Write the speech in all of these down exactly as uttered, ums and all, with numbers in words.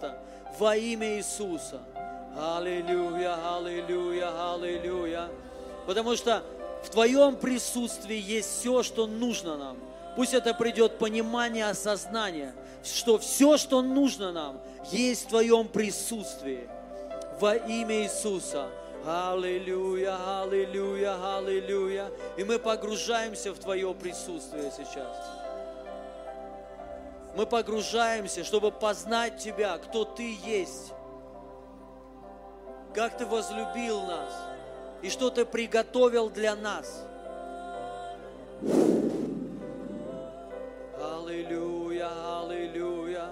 место во имя Иисуса. Аллилуйя, аллилуйя, аллилуйя. Потому что в Твоем присутствии есть все, что нужно нам. Пусть это придет понимание, осознание, что все, что нужно нам, есть в Твоем присутствии. Во имя Иисуса. Аллилуйя, аллилуйя, аллилуйя. И мы погружаемся в Твое присутствие сейчас. Мы погружаемся, чтобы познать Тебя, кто Ты есть, как Ты возлюбил нас и что Ты приготовил для нас. Аллилуйя, аллилуйя.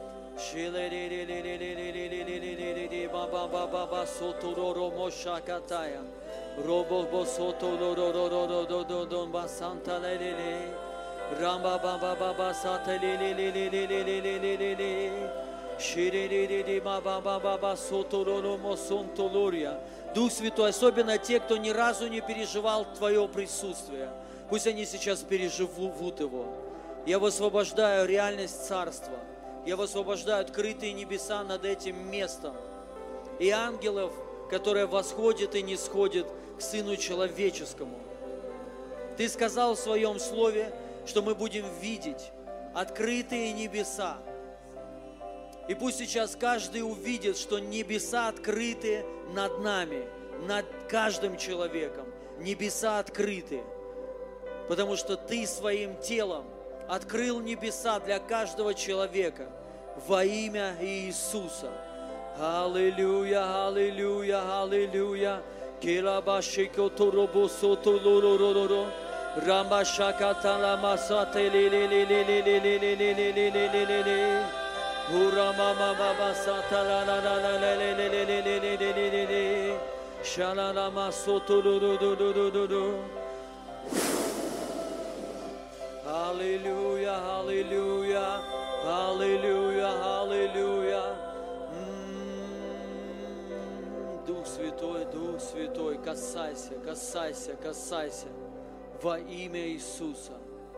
Баба сотороро мошакатая. Робо сотороро басанта леле. Рамба баба баба сата леле леле леле леле леле. Шири баба баба сотороро мосонтолория. Дух Святой, особенно те, кто ни разу не переживал Твое присутствие, пусть они сейчас переживут его. Я высвобождаю реальность Царства. Я высвобождаю открытые небеса над этим местом. И ангелов которое восходит и не сходит к Сыну Человеческому. Ты сказал в Своем Слове, что мы будем видеть открытые небеса. И пусть сейчас каждый увидит, что небеса открыты над нами, над каждым человеком. Небеса открыты, потому что Ты Своим телом открыл небеса для каждого человека во имя Иисуса. Аллилуйя, аллилуйя, аллилуйя. Ура мама баба сата ла ла ла ла ла ла ла ла ла ла ла шала ла ма соту ду ду ду ду ду ду ду. Аллилуйя, аллилуйя, аллилуйя, аллилуйя. Дух Святой, Дух Святой, касайся, касайся, касайся во имя Иисуса.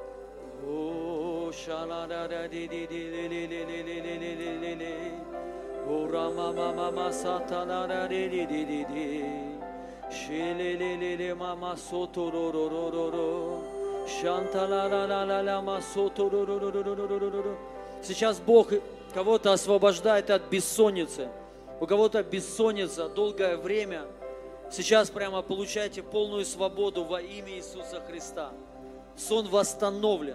О, шалада ди ди ди ли ли ли ли ли ли ли ли ли ли. О, рама мама ма сатана ди ди ди ди ди. Шили ли ли ли мама соту ро ро ро ро ро. Шантала ла ла ла ла ма соту ро ро ро ро ро ро ро ро. Сейчас Бог кого-то освобождает от бессонницы. У кого-то бессонница долгое время. Сейчас прямо получайте полную свободу во имя Иисуса Христа. Сон восстановлен.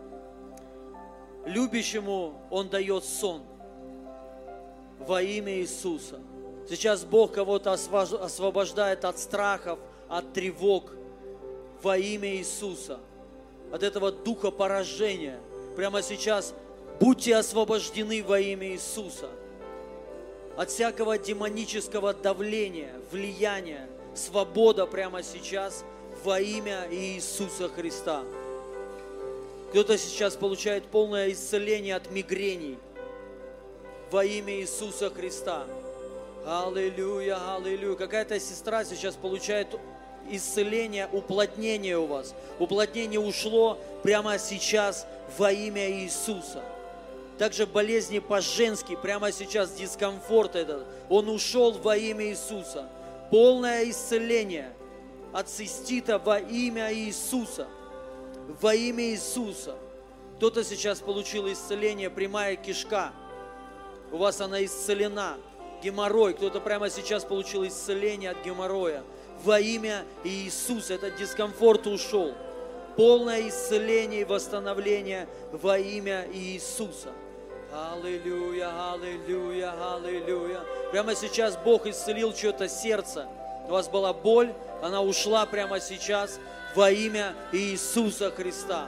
Любящему Он дает сон во имя Иисуса. Сейчас Бог кого-то освобождает от страхов, от тревог во имя Иисуса. От этого духа поражения. Прямо сейчас будьте освобождены во имя Иисуса. От всякого демонического давления, влияния, свобода прямо сейчас во имя Иисуса Христа. Кто-то сейчас получает полное исцеление от мигрений во имя Иисуса Христа. Аллилуйя, аллилуйя. Какая-то сестра сейчас получает исцеление, уплотнение у вас. Уплотнение ушло прямо сейчас во имя Иисуса. Также болезни по-женски, прямо сейчас дискомфорт этот, он ушел во имя Иисуса. Полное исцеление от цистита во имя Иисуса. Во имя Иисуса. Кто-то сейчас получил исцеление, прямая кишка. У вас она исцелена. Геморрой. Кто-то прямо сейчас получил исцеление от геморроя. Во имя Иисуса. Этот дискомфорт ушел. Полное исцеление и восстановление во имя Иисуса. Аллилуйя, аллилуйя, аллилуйя. Прямо сейчас Бог исцелил чье-то сердце. У вас была боль, она ушла прямо сейчас во имя Иисуса Христа.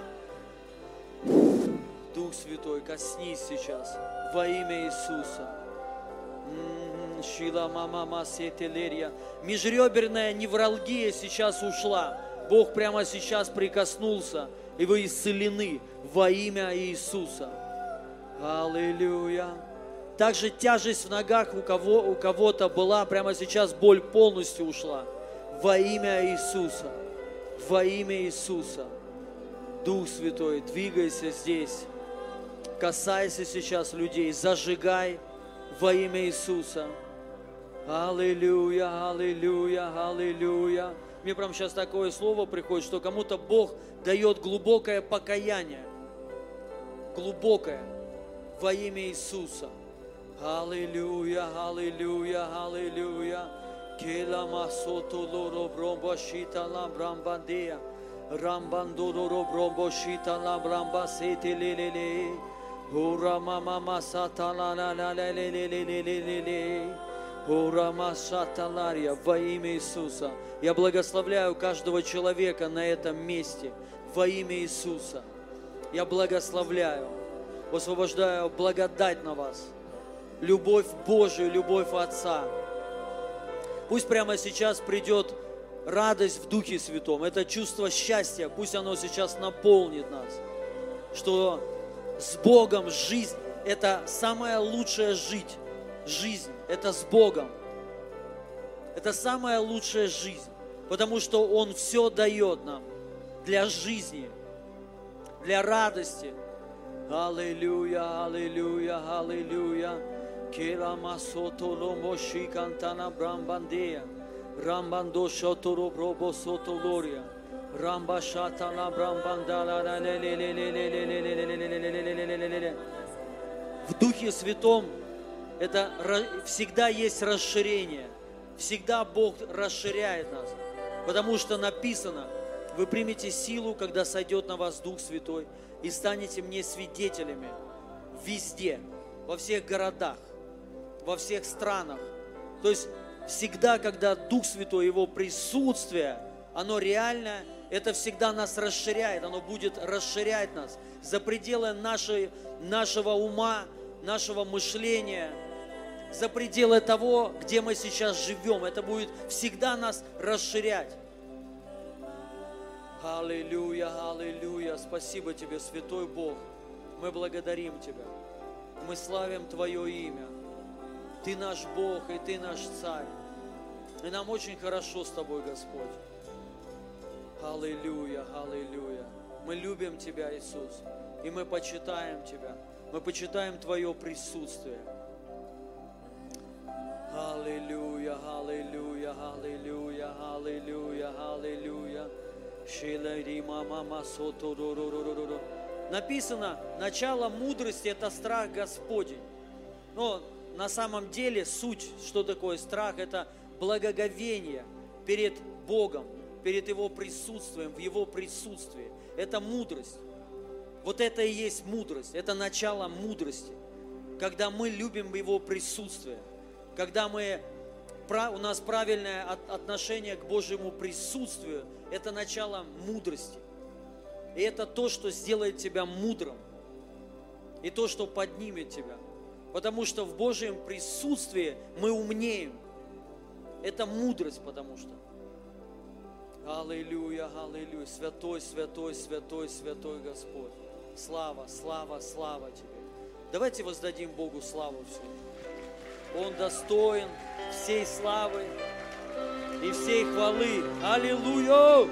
Дух Святой, коснись сейчас во имя Иисуса. Межреберная невралгия сейчас ушла. Бог прямо сейчас прикоснулся, и вы исцелены во имя Иисуса. Аллилуйя. Также тяжесть в ногах у кого, у кого-то была, прямо сейчас боль полностью ушла. Во имя Иисуса. Во имя Иисуса. Дух Святой, двигайся здесь. Касайся сейчас людей. Зажигай во имя Иисуса. Аллилуйя, аллилуйя, аллилуйя. Мне прямо сейчас такое слово приходит, что кому-то Бог дает глубокое покаяние. Глубокое во имя Иисуса. Аллилуйя, аллилуйя, аллилуйя. Келама соту лоро бромба шита ла брамбандея. Рамбандуро бромбо шита ла брамба сети лелеле. Ура мама масата ла ла ла ла лелелелелеле. Ура масата лария во имя Иисуса. Я благословляю каждого человека на этом месте во имя Иисуса. Я благословляю, освобождаю благодать на вас. Любовь Божию, любовь Отца. Пусть прямо сейчас придет радость в Духе Святом. Это чувство счастья, пусть оно сейчас наполнит нас. Что с Богом жизнь – это самая лучшая жить. Жизнь – это с Богом. Это самая лучшая жизнь. Потому что Он все дает нам для жизни, для радости. Аллилуйя, аллилуйя, аллилуйя. Kela masoto lomo shikantana brambandea. Rambando shotoro brobo soto loria. Ramba shata la brambandala la ле ле ле ле ле ле ле ле ле ле ле ле ле ле ле ле. В Духе Святом это всегда есть расширение. Всегда Бог расширяет нас. Потому что написано, вы примете силу, когда сойдет на вас Дух Святой, и станете мне свидетелями везде, во всех городах, во всех странах. То есть всегда, когда Дух Святой, Его присутствие, оно реально, это всегда нас расширяет, оно будет расширять нас за пределы нашей, нашего ума, нашего мышления, за пределы того, где мы сейчас живем. Это будет всегда нас расширять. Аллилуйя, аллилуйя. Спасибо Тебе, Святой Бог. Мы благодарим Тебя. Мы славим Твое имя. Ты наш Бог, и Ты наш Царь. И нам очень хорошо с Тобой, Господь. Аллилуйя, аллилуйя. Мы любим Тебя, Иисус, и мы почитаем Тебя. Мы почитаем Твое присутствие. Аллилуйя, аллилуйя, аллилуйя, аллилуйя, аллилуйя. Написано, начало мудрости – это страх Господень. Но на самом деле суть, что такое страх, это благоговение перед Богом, перед Его присутствием, в Его присутствии. Это мудрость. Вот это и есть мудрость, это начало мудрости. Когда мы любим Его присутствие, когда мы, у нас правильное отношение к Божьему присутствию, это начало мудрости. И это то, что сделает тебя мудрым. И то, что поднимет тебя. Потому что в Божьем присутствии мы умнеем. Это мудрость, потому что. Аллилуйя, аллилуйя. Святой, святой, святой, святой Господь. Слава, слава, слава Тебе. Давайте воздадим Богу славу всю. Он достоин всей славы и всей хвалы. Аллилуйя!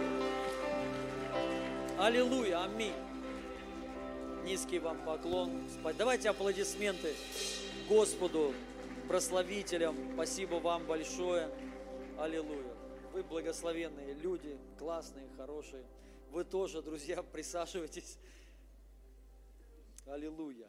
Аллилуйя! Аминь! Низкий вам поклон. Давайте аплодисменты Господу, прославителям. Спасибо вам большое. Аллилуйя! Вы благословенные люди, классные, хорошие. Вы тоже, друзья, присаживайтесь. Аллилуйя!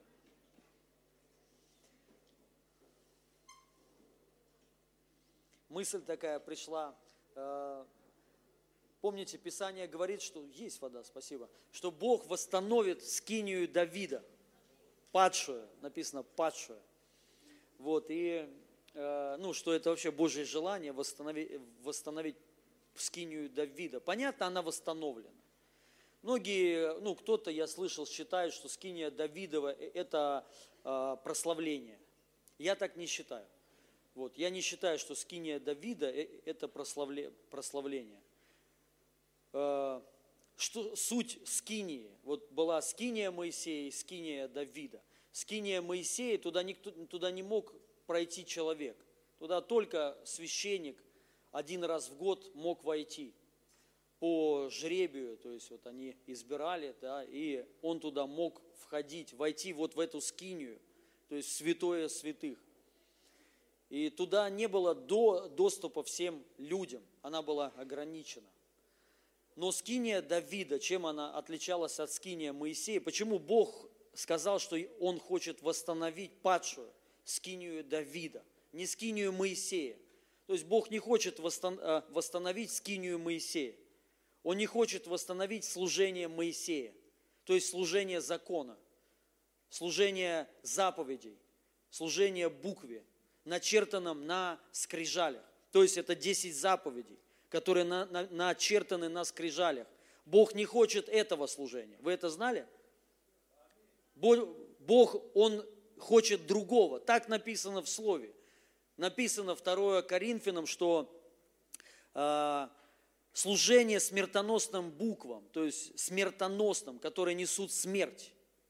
Мысль такая пришла. Помните, Писание говорит, что есть вода, спасибо, что Бог восстановит скинию Давида, падшую, написано падшую. Вот, и, ну, что это вообще Божье желание восстановить, восстановить скинию Давида. Понятно, она восстановлена. Многие, ну, кто-то, я слышал, считает, что скиния Давидова – это прославление. Я так не считаю. Вот, я не считаю, что скиния Давида – это прославление. Что суть скинии? Вот была скиния Моисея и скиния Давида. Скиния Моисея, туда, никто, туда не мог пройти человек. Туда только священник один раз в год мог войти по жребию. То есть вот они избирали, да, и он туда мог входить, войти вот в эту скинию, то есть святое святых. И туда не было до, доступа всем людям, она была ограничена. Но скиния Давида, чем она отличалась от скиния Моисея? Почему Бог сказал, что Он хочет восстановить падшую скинию Давида, не скинию Моисея? То есть Бог не хочет восстановить скинию Моисея. Он не хочет восстановить служение Моисея, то есть служение закона, служение заповедей, служение букве, начертанном на скрижалях. То есть это десять заповедей, которые на, на, начертаны на скрижалях. Бог не хочет этого служения. Вы это знали? Бог, Бог, Он хочет другого. Так написано в Слове. Написано второе Коринфянам, что э, служение смертоносным буквам, то есть смертоносным, которые несут смерть.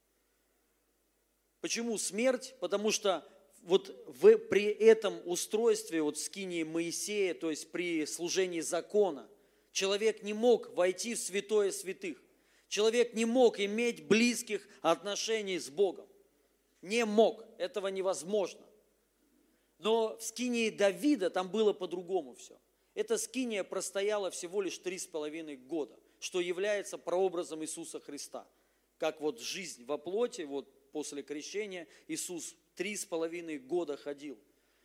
Почему смерть? Потому что вот в, при этом устройстве, вот в скинии Моисея, то есть при служении закона, человек не мог войти в святое святых. Человек не мог иметь близких отношений с Богом. Не мог. Этого невозможно. Но в скинии Давида там было по-другому все. Эта скиния простояла всего лишь три с половиной года, что является прообразом Иисуса Христа. Как вот жизнь во плоти, вот после крещения Иисус три с половиной года ходил.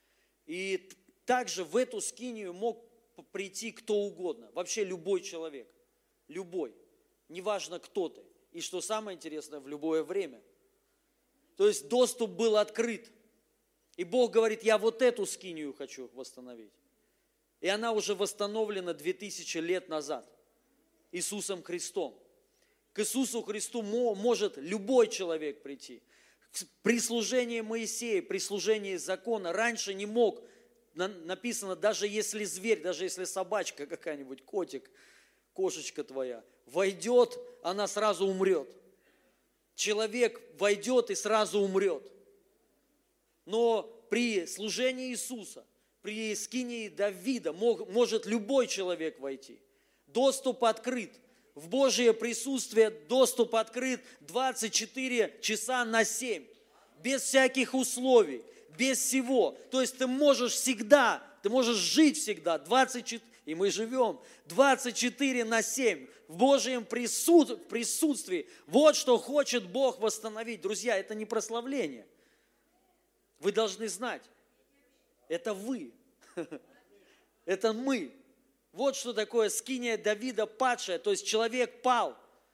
И также в эту скинию мог прийти кто угодно, вообще любой человек, любой, неважно кто ты. И что самое интересное, в любое время. То есть доступ был открыт. И Бог говорит, я вот эту скинию хочу восстановить. И она уже восстановлена две тысячи лет назад Иисусом Христом. К Иисусу Христу может любой человек прийти. При служении Моисея, при служении закона раньше не мог, написано, даже если зверь, даже если собачка какая-нибудь, котик, кошечка твоя, войдет, она сразу умрет. Человек войдет и сразу умрет. Но при служении Иисуса, при скинии Давида мог, может любой человек войти. Доступ открыт. В Божье присутствие доступ открыт двадцать четыре часа на семь. Без всяких условий, без всего. То есть ты можешь всегда, ты можешь жить всегда, двадцать четыре, и мы живем двадцать четыре на семь в Божьем присут, присутствии. Вот что хочет Бог восстановить. Друзья, это не прославление. Вы должны знать, это вы, это мы. Вот что такое скиния Давида падшая, то есть человек пал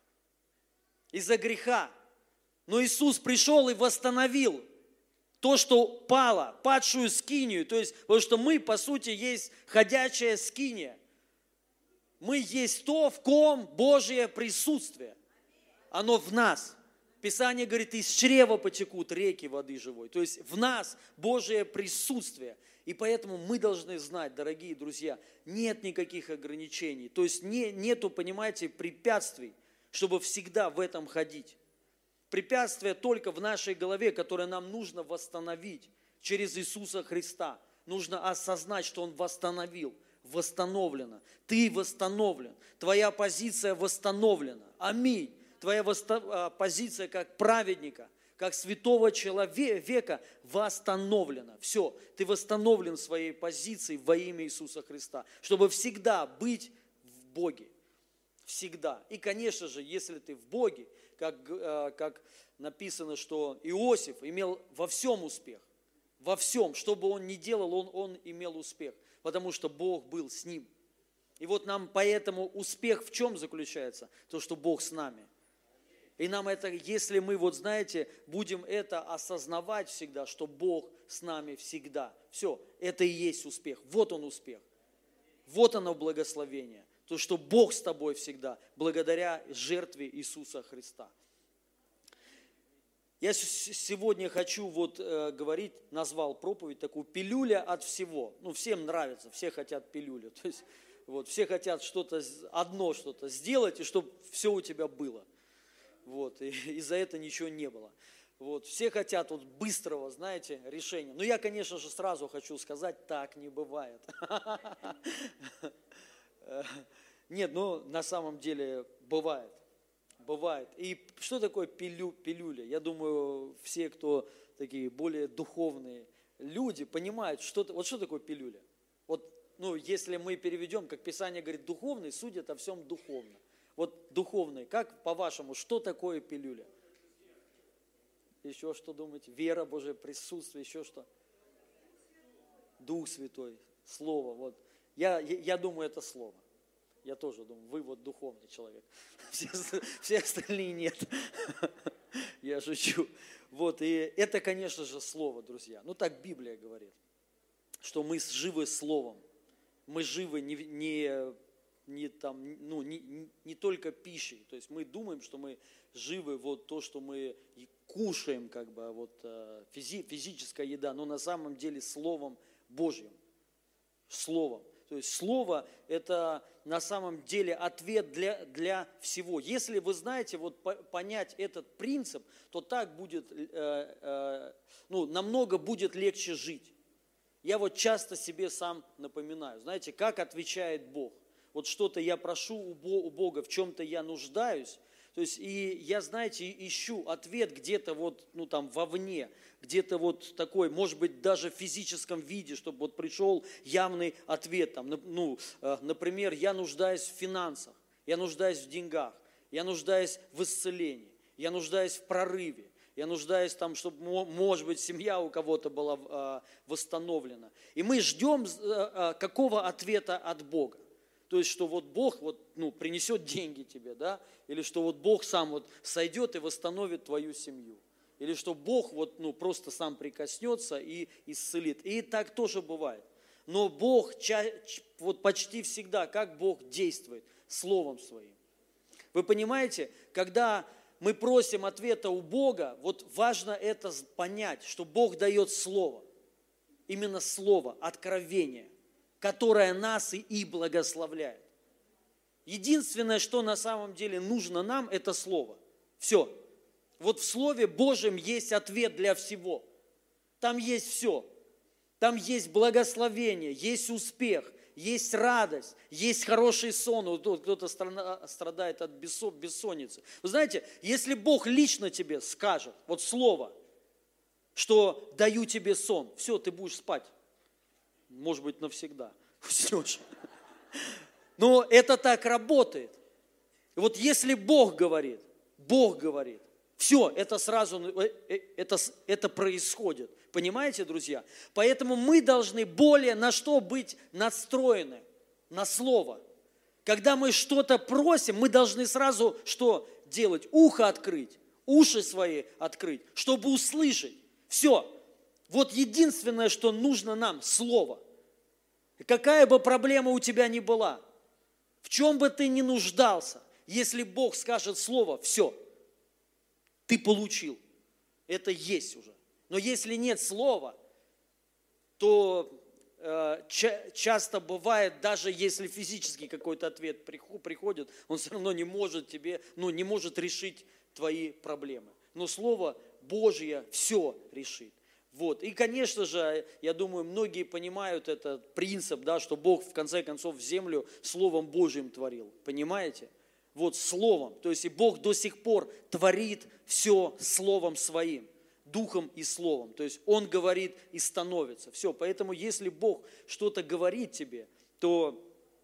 из-за греха. Но Иисус пришел и восстановил то, что пало, падшую скинию. То есть, потому что мы, по сути, есть ходячая скиния. Мы есть то, в ком Божье присутствие. Оно в нас. Писание говорит, из чрева потекут реки воды живой. То есть в нас Божие присутствие. И поэтому мы должны знать, дорогие друзья, нет никаких ограничений. То есть не, нету, понимаете, препятствий, чтобы всегда в этом ходить. Препятствие только в нашей голове, которое нам нужно восстановить через Иисуса Христа. Нужно осознать, что Он восстановил, восстановлено. Ты восстановлен, твоя позиция восстановлена. Аминь. Твоя позиция как праведника, как святого человека восстановлена. Все, ты восстановлен в своей позиции во имя Иисуса Христа, чтобы всегда быть в Боге. Всегда. И, конечно же, если ты в Боге, как, как написано, что Иосиф имел во всем успех. Во всем, что бы он ни делал, он, он имел успех, потому что Бог был с ним. И вот нам поэтому успех в чем заключается? То, что Бог с нами. И нам это, если мы, вот знаете, будем это осознавать всегда, что Бог с нами всегда. Все, это и есть успех. Вот он успех. Вот оно благословение. То, что Бог с тобой всегда, благодаря жертве Иисуса Христа. Я сегодня хочу вот э, говорить, назвал проповедь такую «Пилюля от всего». Ну, всем нравится, все хотят пилюлю. То есть, вот, все хотят что-то, одно что-то сделать, и чтобы все у тебя было. Вот, и, и за это ничего не было. Вот, все хотят вот быстрого, знаете, решения. Но я, конечно же, сразу хочу сказать, так не бывает. Нет, ну, на самом деле бывает. Бывает. И что такое пилю, пилюля? Я думаю, все, кто такие более духовные люди, понимают, что, вот что такое пилюля. Вот, ну, если мы переведем, как Писание говорит, духовный судит о всем духовно. Вот духовный, как по-вашему, что такое пилюля? Еще что думаете? Вера, Божие присутствие, еще что? Дух Святой, Слово. Вот. Я, я думаю, это Слово. Я тоже думаю, вы вот духовный человек. Все, все остальные нет. Я шучу. Вот, и это, конечно же, Слово, друзья. Ну, так Библия говорит, что мы живы Словом. Мы живы не... не Не, там, ну, не, не только пищей, то есть мы думаем, что мы живы, вот то, что мы кушаем, как бы, вот физи, физическая еда, но на самом деле Словом Божьим, Словом. То есть Слово – это на самом деле ответ для, для всего. Если вы знаете, вот понять этот принцип, то так будет, э, э, ну, намного будет легче жить. Я вот часто себе сам напоминаю, знаете, как отвечает Бог. Вот что-то я прошу у Бога, в чем-то я нуждаюсь, То есть, и я, знаете, ищу ответ где-то вот, ну там, вовне, где-то вот такой, может быть, даже в физическом виде, чтобы вот пришел явный ответ. Там, ну, например, я нуждаюсь в финансах, я нуждаюсь в деньгах, я нуждаюсь в исцелении, я нуждаюсь в прорыве, я нуждаюсь там, чтобы, может быть, семья у кого-то была восстановлена. И мы ждем какого ответа от Бога. То есть, что вот Бог вот, ну, принесет деньги тебе, да, или что вот Бог сам вот сойдет и восстановит твою семью, или что Бог вот, ну, просто сам прикоснется и исцелит. И так тоже бывает. Но Бог вот почти всегда, как Бог действует? Словом Своим. Вы понимаете, когда мы просим ответа у Бога, вот важно это понять, что Бог дает Слово, именно Слово, откровение, которое нас и, и благословляет. Единственное, что на самом деле нужно нам, это Слово. Все. Вот в Слове Божьем есть ответ для всего. Там есть все. Там есть благословение, есть успех, есть радость, есть хороший сон. Вот кто-то страдает от бессонницы. Вы знаете, если Бог лично тебе скажет, вот слово, что даю тебе сон, все, ты будешь спать. Может быть, навсегда уснешь. Но это так работает. И вот если Бог говорит, Бог говорит, все, это сразу, это, это происходит. Понимаете, друзья? Поэтому мы должны более на что быть настроены? На Слово. Когда мы что-то просим, мы должны сразу что делать? Ухо открыть, уши свои открыть, чтобы услышать. Все. Вот единственное, что нужно нам, Слово. Какая бы проблема у тебя ни была, в чем бы ты ни нуждался, если Бог скажет Слово, все, ты получил. Это есть уже. Но если нет Слова, то э, ча- часто бывает, даже если физически какой-то ответ приходит, он все равно не может тебе, ну, не может решить твои проблемы. Но Слово Божье все решит. Вот. И, конечно же, я думаю, многие понимают этот принцип, да, что Бог, в конце концов, землю Словом Божьим творил. Понимаете? Вот Словом. То есть и Бог до сих пор творит все Словом Своим, Духом и Словом. То есть Он говорит и становится. Все. Поэтому если Бог что-то говорит тебе, то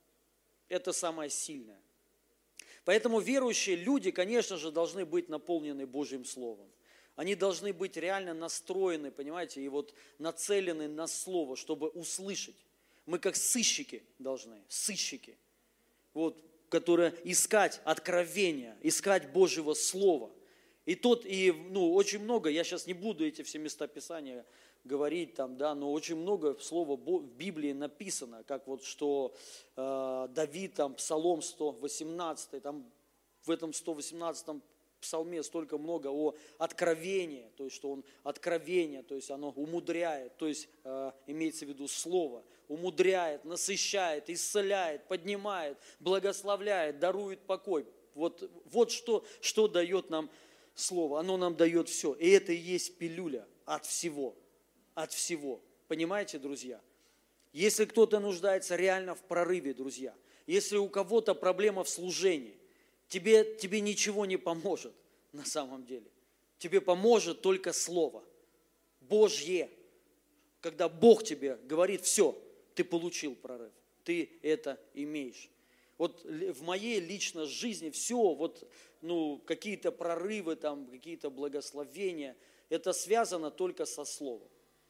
это самое сильное. Поэтому верующие люди, конечно же, должны быть наполнены Божьим Словом. Они должны быть реально настроены, понимаете, и вот нацелены на Слово, чтобы услышать. Мы как сыщики должны, сыщики, вот, которые искать откровения, искать Божьего Слова. И тот, и, ну, очень много, я сейчас не буду эти все места Писания говорить, там, да, но очень много слова в Библии написано, как вот, что э, Давид, там, Псалом сто восемнадцать, там, в этом сто восемнадцатом Псалме столько много о откровении, то есть, что он откровение, то есть, оно умудряет, то есть, э, имеется в виду слово, умудряет, насыщает, исцеляет, поднимает, благословляет, дарует покой. Вот, вот что, что дает нам слово, оно нам дает все. И это и есть пилюля от всего, от всего. Понимаете, друзья? Если кто-то нуждается реально в прорыве, друзья, если у кого-то проблема в служении, Тебе, тебе ничего не поможет на самом деле. Тебе поможет только Слово Божье. Когда Бог тебе говорит, все, ты получил прорыв, ты это имеешь. Вот в моей личной жизни все, вот, ну, какие-то прорывы, там, какие-то благословения, это связано только со Словом.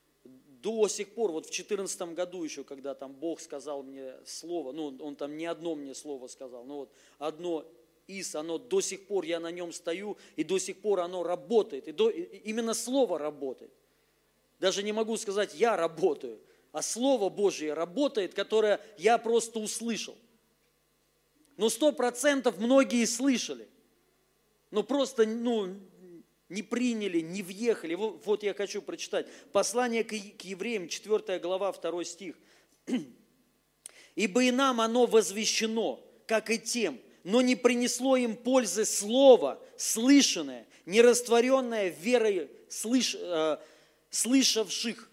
До сих пор, вот в четырнадцатом году еще, когда там Бог сказал мне слово, ну, Он там не одно мне слово сказал, но вот одно из, оно до сих пор, я на нем стою, и до сих пор оно работает. И, до, и именно Слово работает. Даже не могу сказать, я работаю, а Слово Божье работает, которое я просто услышал. Но сто процентов многие слышали, но просто, ну, не приняли, не въехали. Вот, вот я хочу прочитать. Послание к, к евреям, четвёртая глава, второй стих. «Ибо и нам оно возвещено, как и тем, но не принесло им пользы слово, слышанное, не растворенное верой слыш, э, слышавших».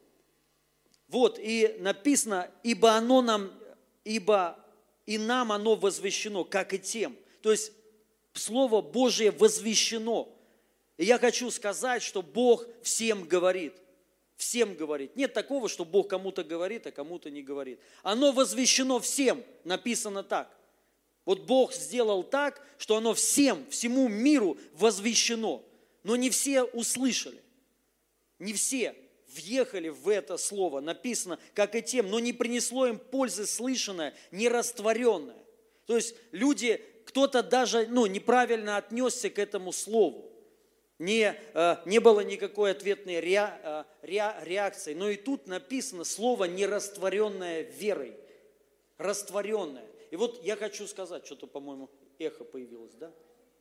Вот, и написано, ибо оно нам, ибо и нам оно возвещено, как и тем. То есть Слово Божие возвещено. И я хочу сказать, что Бог всем говорит. Всем говорит. Нет такого, что Бог кому-то говорит, а кому-то не говорит. Оно возвещено всем, написано так. Вот Бог сделал так, что оно всем, всему миру возвещено. Но не все услышали. Не все въехали в это слово. Написано, как и тем, но не принесло им пользы слышанное, не растворенное. То есть люди, кто-то даже ну, неправильно отнесся к этому слову. Не, не было никакой ответной ре, ре, реакции. Но и тут написано слово «нерастворенное верой». Растворенное. И вот я хочу сказать, что-то, по-моему, эхо появилось, да?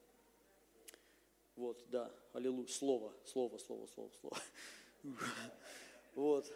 Вот, да, аллилуйя, слово, слово, слово, слово, слово. Вот.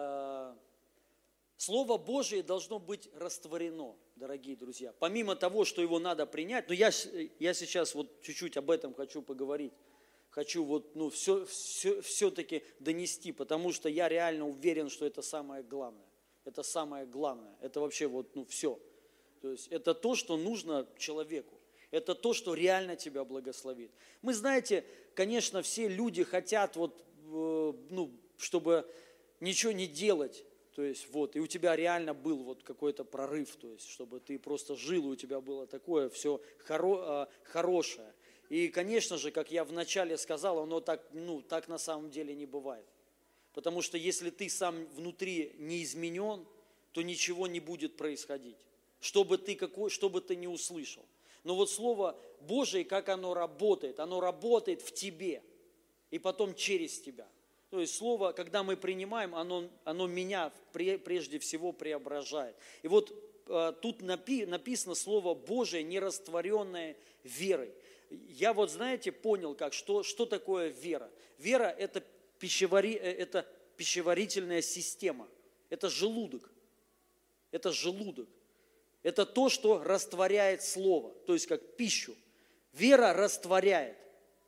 Слово Божие должно быть растворено, дорогие друзья. Помимо того, что его надо принять, но я, я сейчас вот чуть-чуть об этом хочу поговорить. Хочу вот, ну, все, все, все-таки донести, потому что я реально уверен, что это самое главное. Это самое главное. Это вообще вот, ну, все. То есть это то, что нужно человеку. Это то, что реально тебя благословит. Мы, знаете, конечно, все люди хотят вот, э, ну, чтобы ничего не делать. То есть вот, и у тебя реально был вот какой-то прорыв, то есть, чтобы ты просто жил, и у тебя было такое все хоро, э, хорошее. И, конечно же, как я вначале сказал, оно так, ну, так на самом деле не бывает. Потому что если ты сам внутри не изменен, то ничего не будет происходить. Что бы ты, какой, что бы ты не услышал. Но вот Слово Божие, как оно работает? Оно работает в тебе и потом через тебя. То есть Слово, когда мы принимаем, оно, оно меня прежде всего преображает. И вот э, тут напи, написано Слово Божие, нерастворенное верой. Я вот, знаете, понял, как, что, что такое вера. Вера – это, пищевари, это пищеварительная система, это желудок, это желудок. Это то, что растворяет Слово, то есть как пищу. Вера растворяет.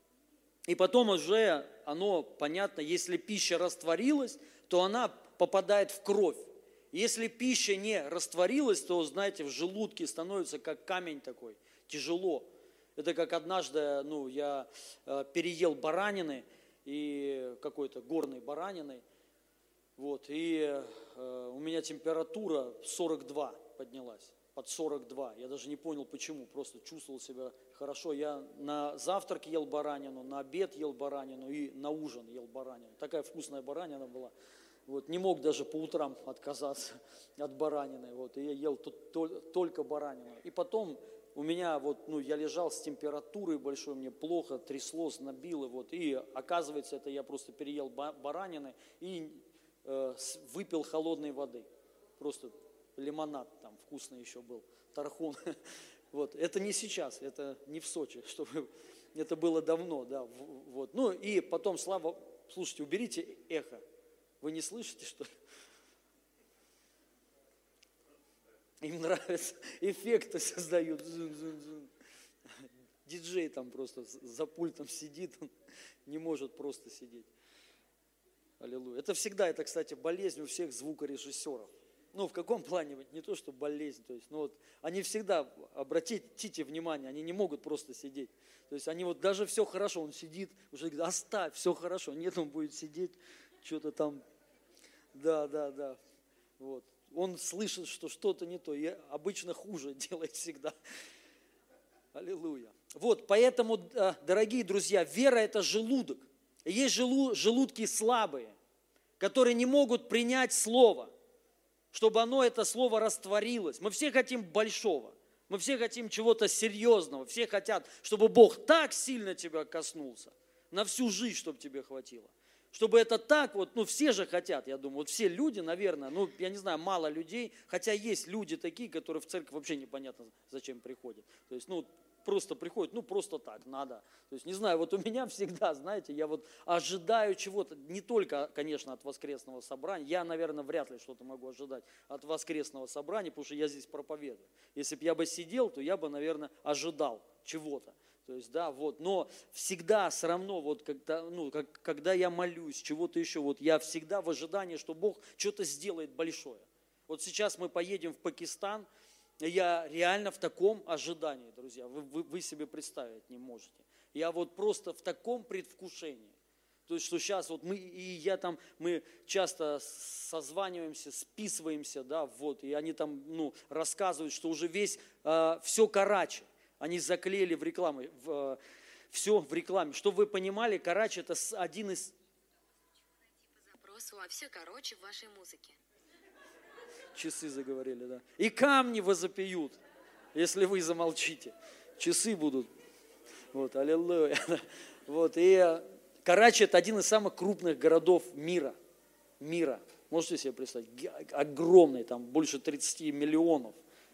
И потом уже оно, понятно, если пища растворилась, то она попадает в кровь. Если пища не растворилась, то, знаете, в желудке становится как камень такой, тяжело. Это как однажды, ну, я э, переел баранины, и какой-то горной баранины, вот, и э, у меня температура сорок два поднялась, под сорок два. Я даже не понял, почему, просто чувствовал себя хорошо. Я на завтрак ел баранину, на обед ел баранину и на ужин ел баранину. Такая вкусная баранина была. Вот, не мог даже по утрам отказаться от баранины. Вот, и я ел тут только баранину. И потом у меня, вот, ну, я лежал с температурой большой, мне плохо, трясло, знобило. Вот, и оказывается, это я просто переел баранины и э, выпил холодной воды. Просто лимонад там вкусный еще был, тархун. Вот, это не сейчас, это не в Сочи, чтобы это было давно, да. Вот. Ну и потом, слава, слушайте, уберите эхо. Вы не слышите, что ли? Им нравится, эффекты создают. Диджей там просто за пультом сидит, он не может просто сидеть. Аллилуйя. Это всегда, это, кстати, болезнь у всех звукорежиссеров. Ну, в каком плане? Не то, что болезнь, то есть, ну вот, они всегда, обратите внимание, они не могут просто сидеть. То есть, они вот даже все хорошо, он сидит, уже говорит, оставь, все хорошо. Нет, он будет сидеть, что-то там, да, да, да, вот. Он слышит, что что-то не то, и обычно хуже делает всегда. Аллилуйя. Вот, поэтому, дорогие друзья, вера – это желудок. Есть желудки слабые, которые не могут принять Слово, чтобы оно, это Слово, растворилось. Мы все хотим большого, мы все хотим чего-то серьезного, все хотят, чтобы Бог так сильно тебя коснулся, на всю жизнь, чтобы тебе хватило. Чтобы это так, вот, ну все же хотят, я думаю, вот все люди, наверное, ну я не знаю, мало людей, хотя есть люди такие, которые в церковь вообще непонятно зачем приходят. То есть, ну, просто приходят, ну просто так, надо. То есть, не знаю, вот у меня всегда, знаете, я вот ожидаю чего-то, не только, конечно, от воскресного собрания, я, наверное, вряд ли что-то могу ожидать от воскресного собрания, потому что я здесь проповедую. Если бы я бы сидел, то я бы, наверное, ожидал чего-то. То есть, да, вот, но всегда все равно, вот, когда, ну, как, когда я молюсь, чего-то еще, вот, я всегда в ожидании, что Бог что-то сделает большое. Вот сейчас мы поедем в Пакистан, Я реально в таком ожидании, друзья, вы, вы, вы себе представить не можете. Я вот просто в таком предвкушении. То есть, что сейчас вот мы, и я там, мы часто созваниваемся, списываемся, да, вот, и они там, ну, рассказывают, что уже весь, э, все Карачи, они заклеили в рекламе, в, э, все в рекламе. Чтобы вы понимали, Карачи это один из... По запросу, а все короче в вашей музыке. Часы заговорили, да. И камни возопьют, если вы замолчите. Часы будут. Вот, аллилуйя. Вот, и Карачи это один из самых крупных городов мира. Мира. Можете себе представить? Огромный, там больше тридцати миллионов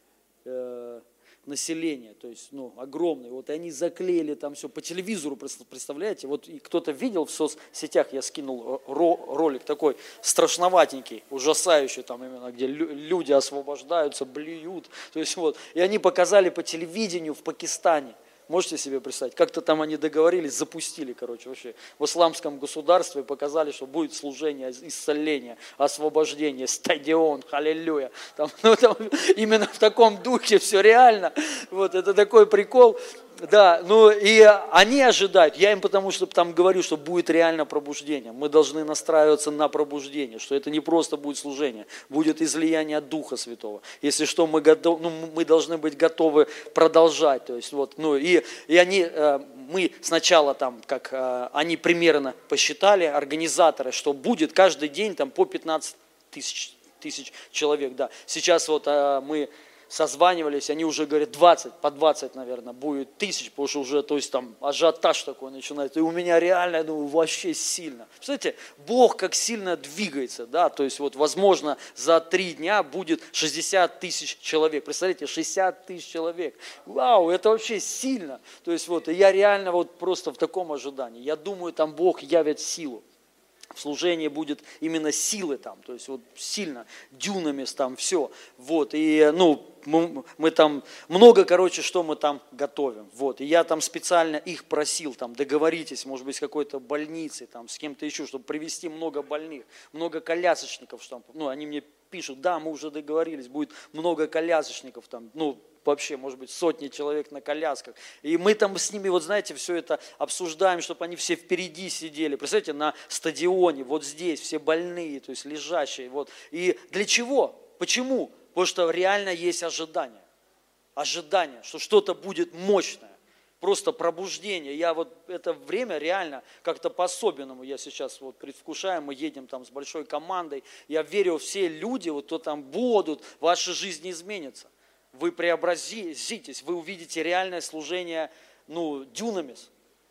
э, населения. То есть, ну, огромный. Вот, и они заклеили там все по телевизору, представляете? Вот и кто-то видел в соцсетях, я скинул ролик такой страшноватенький, ужасающий, там именно, где люди освобождаются, блюют. То есть, вот, и они показали по телевидению в Пакистане. Можете себе представить, как-то там они договорились, запустили, короче, вообще в исламском государстве, показали, что будет служение исцеления, освобождение, стадион, аллилуйя. Там, ну, там, именно в таком духе все реально. Вот, это такой прикол. Да, ну и они ожидают, я им потому что там говорю, что будет реально пробуждение. Мы должны настраиваться на пробуждение, что это не просто будет служение, будет излияние Духа Святого. Если что, мы, готов, ну, мы должны быть готовы продолжать. То есть, вот, ну, и, и они, мы сначала там, как они примерно посчитали, организаторы, что будет каждый день там, по пятнадцать тысяч, тысяч человек. Да. Сейчас вот мы... созванивались, они уже говорят двадцать, по двадцать, наверное, будет тысяч, потому что уже, то есть там ажиотаж такой начинается. И у меня реально, я думаю, вообще сильно. Представляете, Бог как сильно двигается, да, то есть вот, возможно, за три дня будет шестьдесят тысяч человек. Представляете, шестьдесят тысяч человек. Вау, это вообще сильно. То есть вот, и я реально вот просто в таком ожидании. Я думаю, там Бог явит силу. В служении будет именно силы там, то есть вот сильно, дюнамис там, все. Вот, и, ну, мы, мы там, много, короче, что мы там готовим. Вот, и я там специально их просил, там, договоритесь, может быть, с какой-то больницей, там, с кем-то еще, чтобы привезти много больных, много колясочников, что там, ну, они мне пишут, да, мы уже договорились, будет много колясочников там, ну, вообще, может быть, сотни человек на колясках. И мы там с ними, вот знаете, все это обсуждаем, чтобы они все впереди сидели. Представляете, на стадионе, вот здесь, все больные, то есть лежащие. Вот. И для чего? Почему? Потому что реально есть ожидание. Ожидание, что что-то будет мощное. Просто пробуждение. Я вот это время реально как-то по-особенному я сейчас вот предвкушаю. Мы едем там с большой командой. Я верю, все люди, вот кто там будут, ваша жизнь изменится. Вы преобразитесь, вы увидите реальное служение, ну, дюнамис.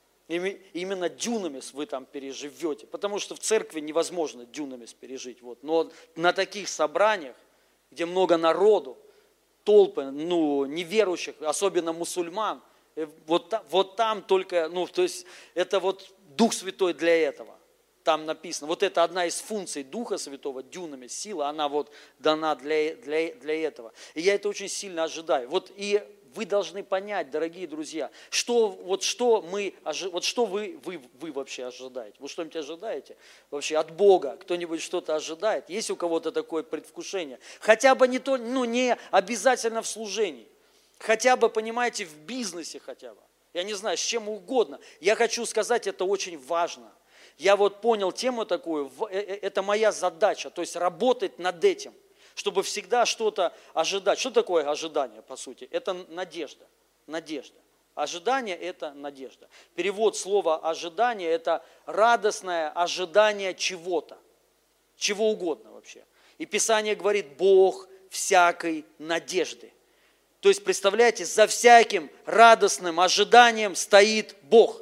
Именно дюнамис вы там переживете, потому что в церкви невозможно дюнамис пережить. Вот. Но на таких собраниях, где много народу, толпы, ну, неверующих, особенно мусульман, вот, вот там только, ну, то есть это вот Дух Святой для этого. Там написано, вот это одна из функций Духа Святого, дюнамис, сила, она вот дана для, для, для этого. И я это очень сильно ожидаю. Вот и вы должны понять, дорогие друзья, что, вот что, мы, вот что вы, вы, вы вообще ожидаете. Вы что-нибудь ожидаете вообще от Бога? Кто-нибудь что-то ожидает? Есть у кого-то такое предвкушение? Хотя бы не, то, ну, не обязательно в служении. Хотя бы, понимаете, в бизнесе хотя бы. Я не знаю, с чем угодно. Я хочу сказать, это очень важно. Я вот понял тему такую, это моя задача, то есть работать над этим, чтобы всегда что-то ожидать. Что такое ожидание, по сути? Это надежда, надежда. Ожидание – это надежда. Перевод слова «ожидание» – это радостное ожидание чего-то, чего угодно вообще. И Писание говорит «Бог всякой надежды». То есть, представляете, за всяким радостным ожиданием стоит Бог.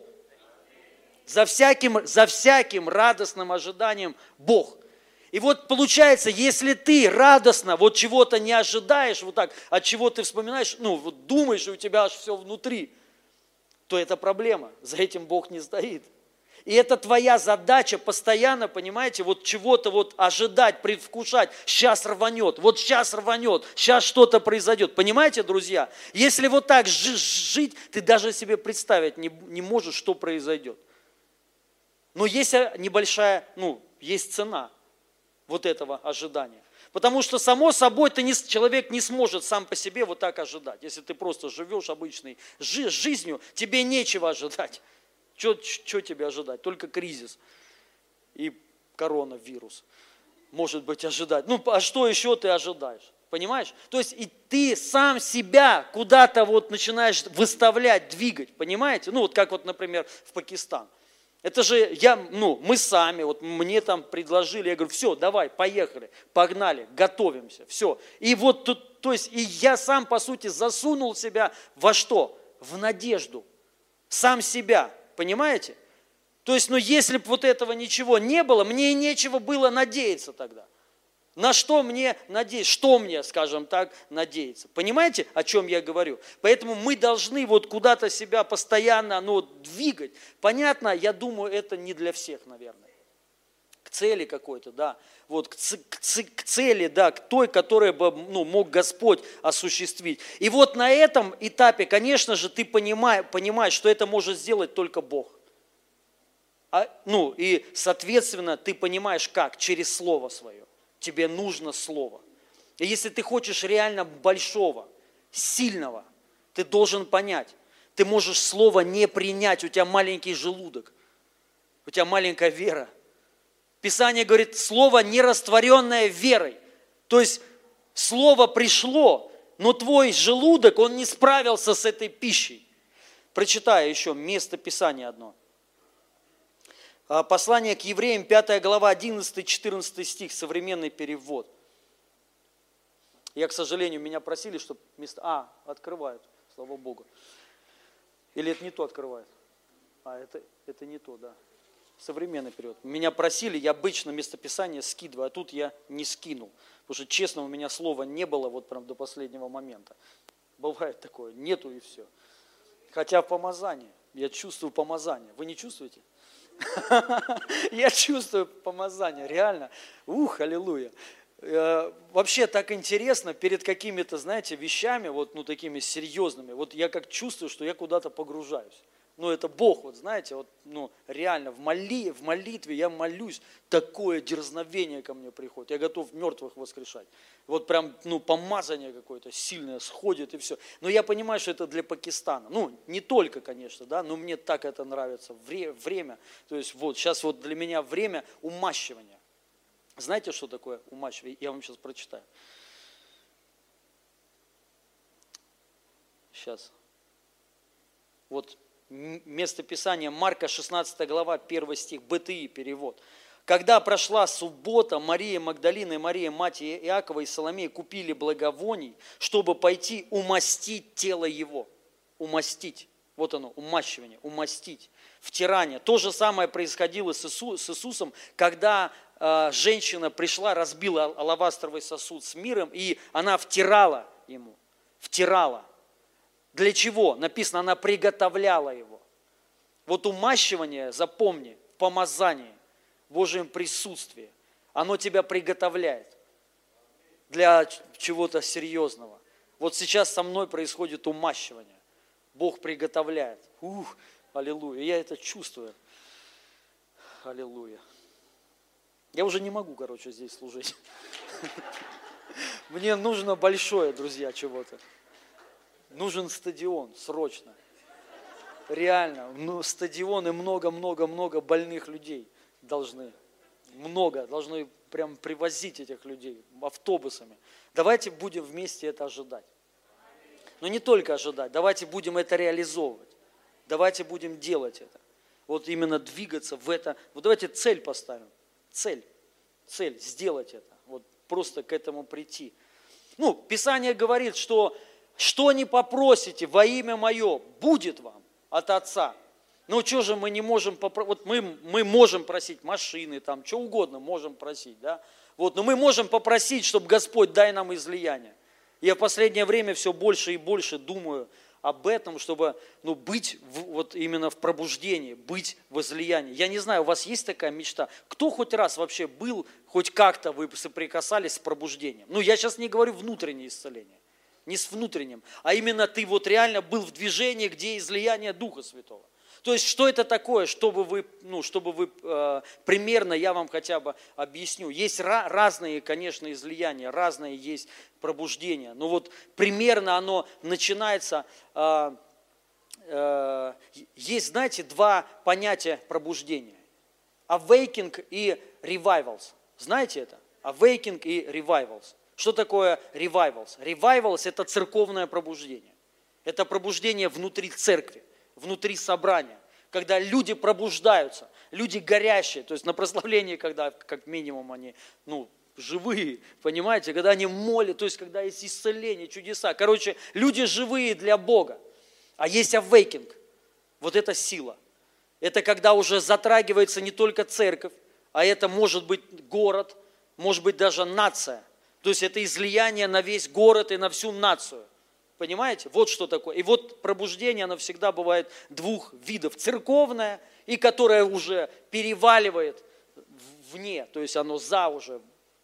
За всяким, за всяким радостным ожиданием Бог. И вот получается, если ты радостно вот чего-то не ожидаешь, вот так, от чего ты вспоминаешь, ну, вот думаешь, и у тебя аж все внутри, то это проблема. За этим Бог не стоит. И это твоя задача постоянно, понимаете, вот чего-то вот ожидать, предвкушать. Сейчас рванет, вот сейчас рванет, сейчас что-то произойдет. Понимаете, друзья? Если вот так жить, ты даже себе представить не, не можешь, что произойдет. Но есть небольшая, ну, есть цена вот этого ожидания. Потому что, само собой, ты не, человек не сможет сам по себе вот так ожидать. Если ты просто живешь обычной жи, жизнью, тебе нечего ожидать. Что тебе ожидать? Только кризис и коронавирус. Может быть, ожидать. Ну, а что еще ты ожидаешь? Понимаешь? То есть и ты сам себя куда-то вот начинаешь выставлять, двигать. Понимаете? Ну, вот как вот, например, в Пакистан. Это же я, ну, мы сами, вот мне там предложили, я говорю, все, давай, поехали, погнали, готовимся, все. И вот тут, то есть, и я сам, по сути, засунул себя во что? В надежду. Сам себя, понимаете? То есть, ну, если бы вот этого ничего не было, мне и нечего было надеяться тогда. На что мне надеяться? Что мне, скажем так, надеяться? Понимаете, о чем я говорю? Поэтому мы должны вот куда-то себя постоянно, ну, двигать. Понятно, я думаю, это не для всех, наверное. К цели какой-то, да. Вот к, ц, к, ц, к цели, да, к той, которую бы, ну, мог Господь осуществить. И вот на этом этапе, конечно же, ты понимаешь, понимаешь, что это может сделать только Бог. А, ну, и, соответственно, ты понимаешь как? Через Слово Свое. Тебе нужно Слово. И если ты хочешь реально большого, сильного, ты должен понять, ты можешь Слово не принять, у тебя маленький желудок, у тебя маленькая вера. Писание говорит, Слово не растворенное верой. То есть Слово пришло, но твой желудок, он не справился с этой пищей. Прочитаю еще место Писания одно. Послание к евреям, пятая глава, одиннадцатый-четырнадцатый стих, современный перевод. Я, к сожалению, меня просили, чтобы место... А, открывают, слава Богу. Или это не то открывает? А, это, это не то, да. Современный перевод. Меня просили, я обычно местописание скидываю, а тут я не скинул. Потому что, честно, у меня слова не было вот прям до последнего момента. Бывает такое, нету и все. Хотя в помазании, я чувствую помазание. Вы не чувствуете? Я чувствую помазание, реально. Ух, аллилуйя. Вообще так интересно перед какими-то, знаете, вещами, вот, ну, такими серьезными. Вот я как чувствую, что я куда-то погружаюсь. Ну, это Бог, вот знаете, вот, ну, реально в, моли, в молитве я молюсь, такое дерзновение ко мне приходит. Я готов мертвых воскрешать. Вот прям, ну, помазание какое-то сильное сходит и все. Но я понимаю, что это для Пакистана. Ну, не только, конечно, да, но мне так это нравится. Вре, время, то есть вот сейчас вот для меня время умащивания. Знаете, что такое умащивание? Я вам сейчас прочитаю. Сейчас. Вот. Место Писания Марка, шестнадцатая глава, первый стих, БТИ перевод. Когда прошла суббота, Мария Магдалина и Мария, мать Иакова и Соломея купили благовоний, чтобы пойти умастить тело его. Умастить. Вот оно, умащивание, умастить, втирание. То же самое происходило с, Иису, с Иисусом, когда э, женщина пришла, разбила алавастровый сосуд с миром, и она втирала ему, втирала. Для чего? Написано, она приготовляла его. Вот умащивание, запомни, в помазании, в Божьем присутствии, оно тебя приготовляет для чего-то серьезного. Вот сейчас со мной происходит умащивание. Бог приготовляет. Ух, аллилуйя, я это чувствую. Аллилуйя. Я уже не могу, короче, здесь служить. Мне нужно большое, друзья, чего-то. Нужен стадион, срочно. Реально, ну, стадион и много-много-много больных людей должны. Много, должны прям привозить этих людей автобусами. Давайте будем вместе это ожидать. Но не только ожидать, давайте будем это реализовывать. Давайте будем делать это. Вот именно двигаться в это. Вот давайте цель поставим. Цель. Цель, сделать это. Вот просто к этому прийти. Ну, Писание говорит, что что не попросите во имя Мое, будет вам от Отца. Ну, что же мы не можем попросить? Вот мы, мы можем просить машины, там, что угодно можем просить, да? Вот, но мы можем попросить, чтобы Господь дай нам излияние. Я в последнее время все больше и больше думаю об этом, чтобы, ну, быть в, вот именно в пробуждении, быть в излиянии. Я не знаю, у вас есть такая мечта? Кто хоть раз вообще был, хоть как-то вы соприкасались с пробуждением? Ну, я сейчас не говорю внутреннее исцеление, не с внутренним, а именно ты вот реально был в движении, где излияние Духа Святого. То есть, что это такое, чтобы вы, ну, чтобы вы э, примерно, я вам хотя бы объясню. Есть ra- разные, конечно, излияния, разные есть пробуждения. Но вот примерно оно начинается, э, э, есть, знаете, два понятия пробуждения. Awakening и revivals. Знаете это? Awakening и revivals. Что такое revivals? Revivals – это церковное пробуждение. Это пробуждение внутри церкви, внутри собрания, когда люди пробуждаются, люди горящие, то есть на прославлении, когда как минимум они, ну, живые, понимаете, когда они молят, то есть когда есть исцеление, чудеса. Короче, люди живые для Бога. А есть awakening, вот это сила. Это когда уже затрагивается не только церковь, а это может быть город, может быть даже нация. То есть это излияние на весь город и на всю нацию. Понимаете? Вот что такое. И вот пробуждение, оно всегда бывает двух видов. Церковное, и которое уже переваливает вне, то есть оно за уже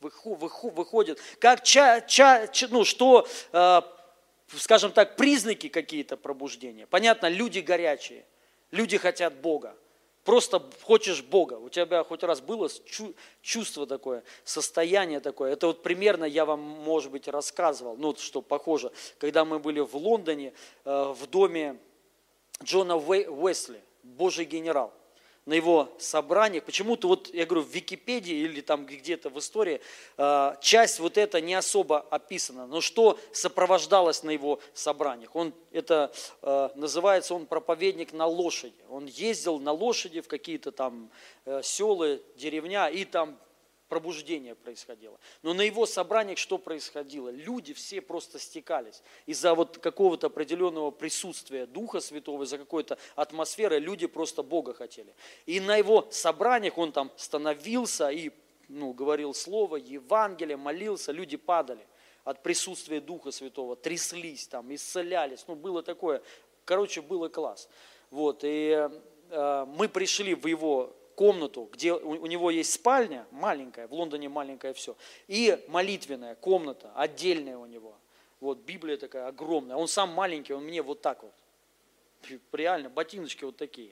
выходит. Как ча, ча, ну, что, э, скажем так, признаки какие-то пробуждения. Понятно, люди горячие, люди хотят Бога. Просто хочешь Бога. У тебя хоть раз было чувство такое, состояние такое. Это вот примерно я вам, может быть, рассказывал, ну, что похоже. Когда мы были в Лондоне, в доме Джона Уэсли, Божий генерал, на его собраниях, почему-то, вот я говорю, в Википедии или там где-то в истории часть вот эта не особо описана, но что сопровождалось на его собраниях. Он, это называется, он проповедник на лошади. Он ездил на лошади в какие-то там селы, деревня, и там пробуждение происходило. Но на его собраниях что происходило? Люди все просто стекались. Из-за вот какого-то определенного присутствия Духа Святого, из-за какой-то атмосферы люди просто Бога хотели. И на его собраниях он там становился и, ну, говорил слово, Евангелие, молился, люди падали от присутствия Духа Святого, тряслись там, исцелялись. Ну, было такое, короче, было класс. Вот, и э, мы пришли в его комнату, где у него есть спальня, маленькая, в Лондоне маленькая все, и молитвенная комната, отдельная у него. Вот Библия такая огромная. Он сам маленький, он мне вот так вот. Реально, ботиночки вот такие.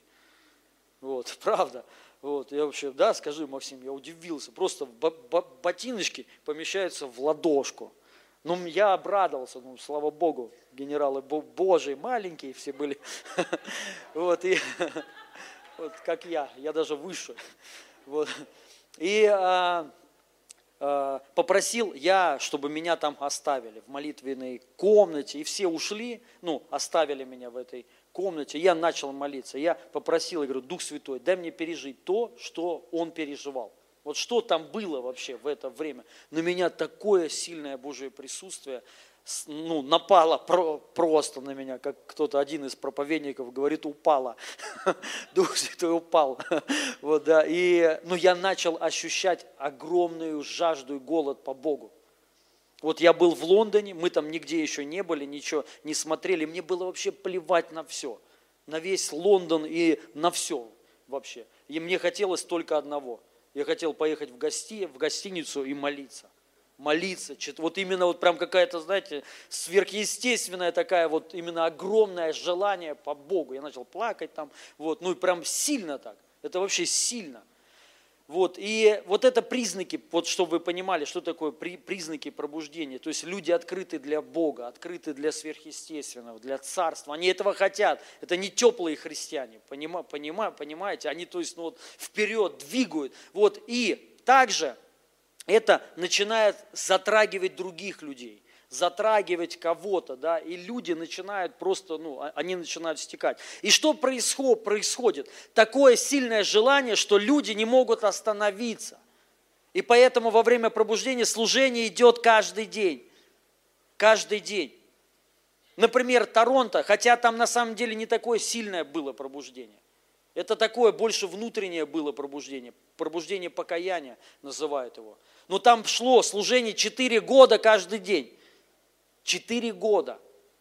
Вот, правда. Вот, я вообще, да, скажи, Максим, я удивился. Просто ботиночки помещаются в ладошку. Ну, я обрадовался, ну, слава Богу, генералы Божии маленькие все были. Вот, и... Вот как я, я даже выше. Вот. И а, а, попросил я, чтобы меня там оставили в молитвенной комнате. И все ушли, ну, оставили меня в этой комнате. Я начал молиться. Я попросил, я говорю, Дух Святой, дай мне пережить то, что он переживал. Вот что там было вообще в это время. На меня такое сильное Божие присутствие, ну, напало про, просто на меня, как кто-то, один из проповедников говорит, упало. Дух Святой упал. Вот, да. И, ну, я начал ощущать огромную жажду и голод по Богу. Вот я был в Лондоне, мы там нигде еще не были, ничего не смотрели. Мне было вообще плевать на все. На весь Лондон и на все вообще. И мне хотелось только одного. Я хотел поехать в, гости, в гостиницу и молиться. Молиться, вот именно вот прям какая-то, знаете, сверхъестественная такая вот именно огромное желание по Богу. Я начал плакать там, вот, ну и прям сильно так, это вообще сильно. Вот, и вот это признаки, вот чтобы вы понимали, что такое при, признаки пробуждения. То есть люди открыты для Бога, открыты для сверхъестественного, для царства. Они этого хотят. Это не теплые христиане, понима, понима, понимаете? Они, то есть, ну, вот, вперед двигают. Вот, и также это начинает затрагивать других людей, затрагивать кого-то, да, и люди начинают просто, ну, они начинают стекать. И что происходит? происходит? Такое сильное желание, что люди не могут остановиться. И поэтому во время пробуждения служение идет каждый день. Каждый день. Например, Торонто, хотя там на самом деле не такое сильное было пробуждение. Это такое больше внутреннее было пробуждение. Пробуждение покаяния называют его. Но там шло служение четыре года каждый день. Четыре года.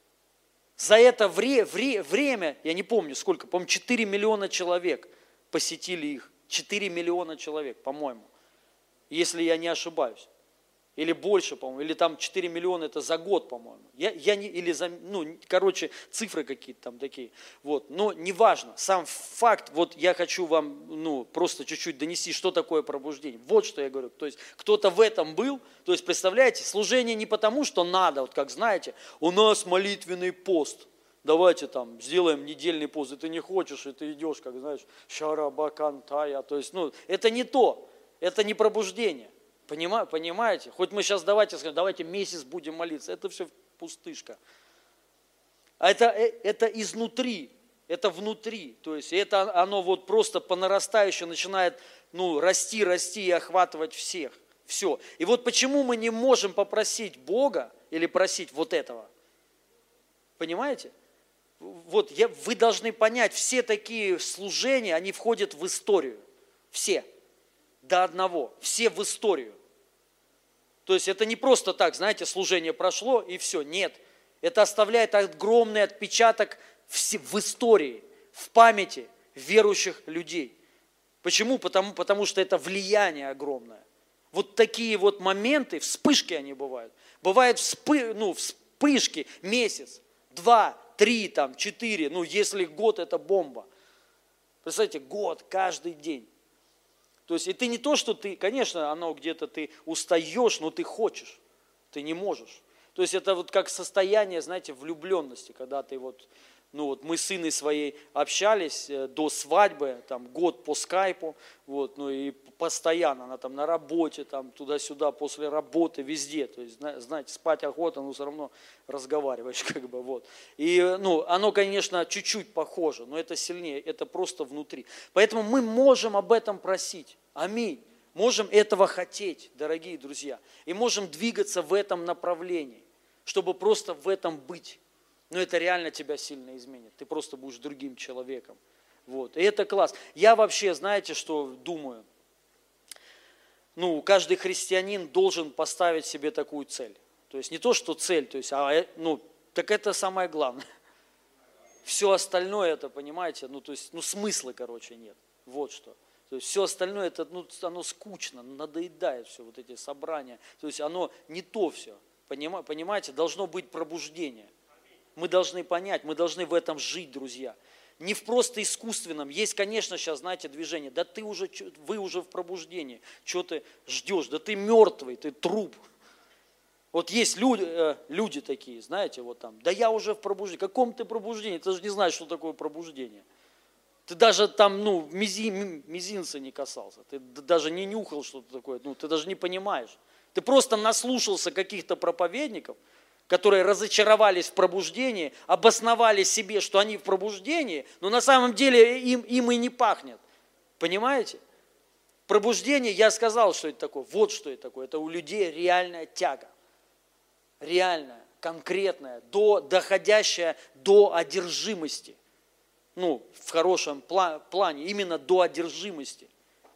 За это вре, вре, время, я не помню сколько, по-моему, четыре миллиона человек посетили их. четыре миллиона человек, по-моему, если я не ошибаюсь. Или больше, по-моему, или там четыре миллиона это за год, по-моему. Я, я не, или за, ну, короче, цифры какие-то там такие. Вот. Но неважно, сам факт, вот я хочу вам, ну, просто чуть-чуть донести, что такое пробуждение. Вот что я говорю. То есть кто-то в этом был, то есть представляете, служение не потому, что надо, вот как знаете, у нас молитвенный пост. Давайте там сделаем недельный пост, и ты не хочешь, и ты идешь, как знаешь, шарабакантая. То есть, ну, это не то, это не пробуждение. Понимаете? Хоть мы сейчас давайте скажем, давайте месяц будем молиться, это все пустышка. А это, это изнутри, это внутри. То есть это оно вот просто по нарастающей начинает ну, расти, расти и охватывать всех. Все. И вот почему мы не можем попросить Бога или просить вот этого. Понимаете? Вот я, вы должны понять, все такие служения, они входят в историю. Все. До одного. Все в историю. То есть это не просто так, знаете, служение прошло и все. Нет. Это оставляет огромный отпечаток в, в истории, в памяти верующих людей. Почему? Потому, потому что это влияние огромное. Вот такие вот моменты, вспышки они бывают. Бывают вспы, ну, вспышки месяц, два, три, там, четыре. Ну, если год это бомба. Представляете, год, каждый день. То есть, и ты не то, что ты, конечно, оно где-то ты устаешь, но ты хочешь, ты не можешь. То есть, это вот как состояние, знаете, влюбленности, когда ты вот, ну вот мы с сыном своей общались до свадьбы, там год по скайпу, вот, ну и постоянно, она там на работе, там туда-сюда, после работы, везде, то есть, знаете, спать охота, но все равно разговариваешь, как бы, вот. И, ну, оно, конечно, чуть-чуть похоже, но это сильнее, это просто внутри. Поэтому мы можем об этом просить, аминь, можем этого хотеть, дорогие друзья, и можем двигаться в этом направлении, чтобы просто в этом быть. Но это реально тебя сильно изменит. Ты просто будешь другим человеком. Вот. И это класс. Я вообще, знаете, что думаю? Ну, каждый христианин должен поставить себе такую цель. То есть не то, что цель, то есть, а, ну, так это самое главное. Все остальное это, понимаете, ну, то есть, ну, смысла, короче, нет. Вот что. То есть все остальное, это, ну, оно скучно, надоедает все, вот эти собрания. То есть оно не то все. Понимаете, должно быть пробуждение. Мы должны понять, мы должны в этом жить, друзья. Не в просто искусственном. Есть, конечно, сейчас, знаете, движение. Да ты уже, вы уже в пробуждении. Что ты ждешь? Да ты мертвый, ты труп. Вот есть люди, э, люди такие, знаете, вот там. Да я уже в пробуждении. В каком ты пробуждении? Ты же не знаешь, что такое пробуждение. Ты даже там, ну, мизи, мизинца не касался. Ты даже не нюхал что-то такое. Ну, ты даже не понимаешь. Ты просто наслушался каких-то проповедников, которые разочаровались в пробуждении, обосновали себе, что они в пробуждении, но на самом деле им, им и не пахнет. Понимаете? Пробуждение, я сказал, что это такое. Вот что это такое. Это у людей реальная тяга. Реальная, конкретная, до, доходящая до одержимости. Ну, в хорошем плане, именно до одержимости.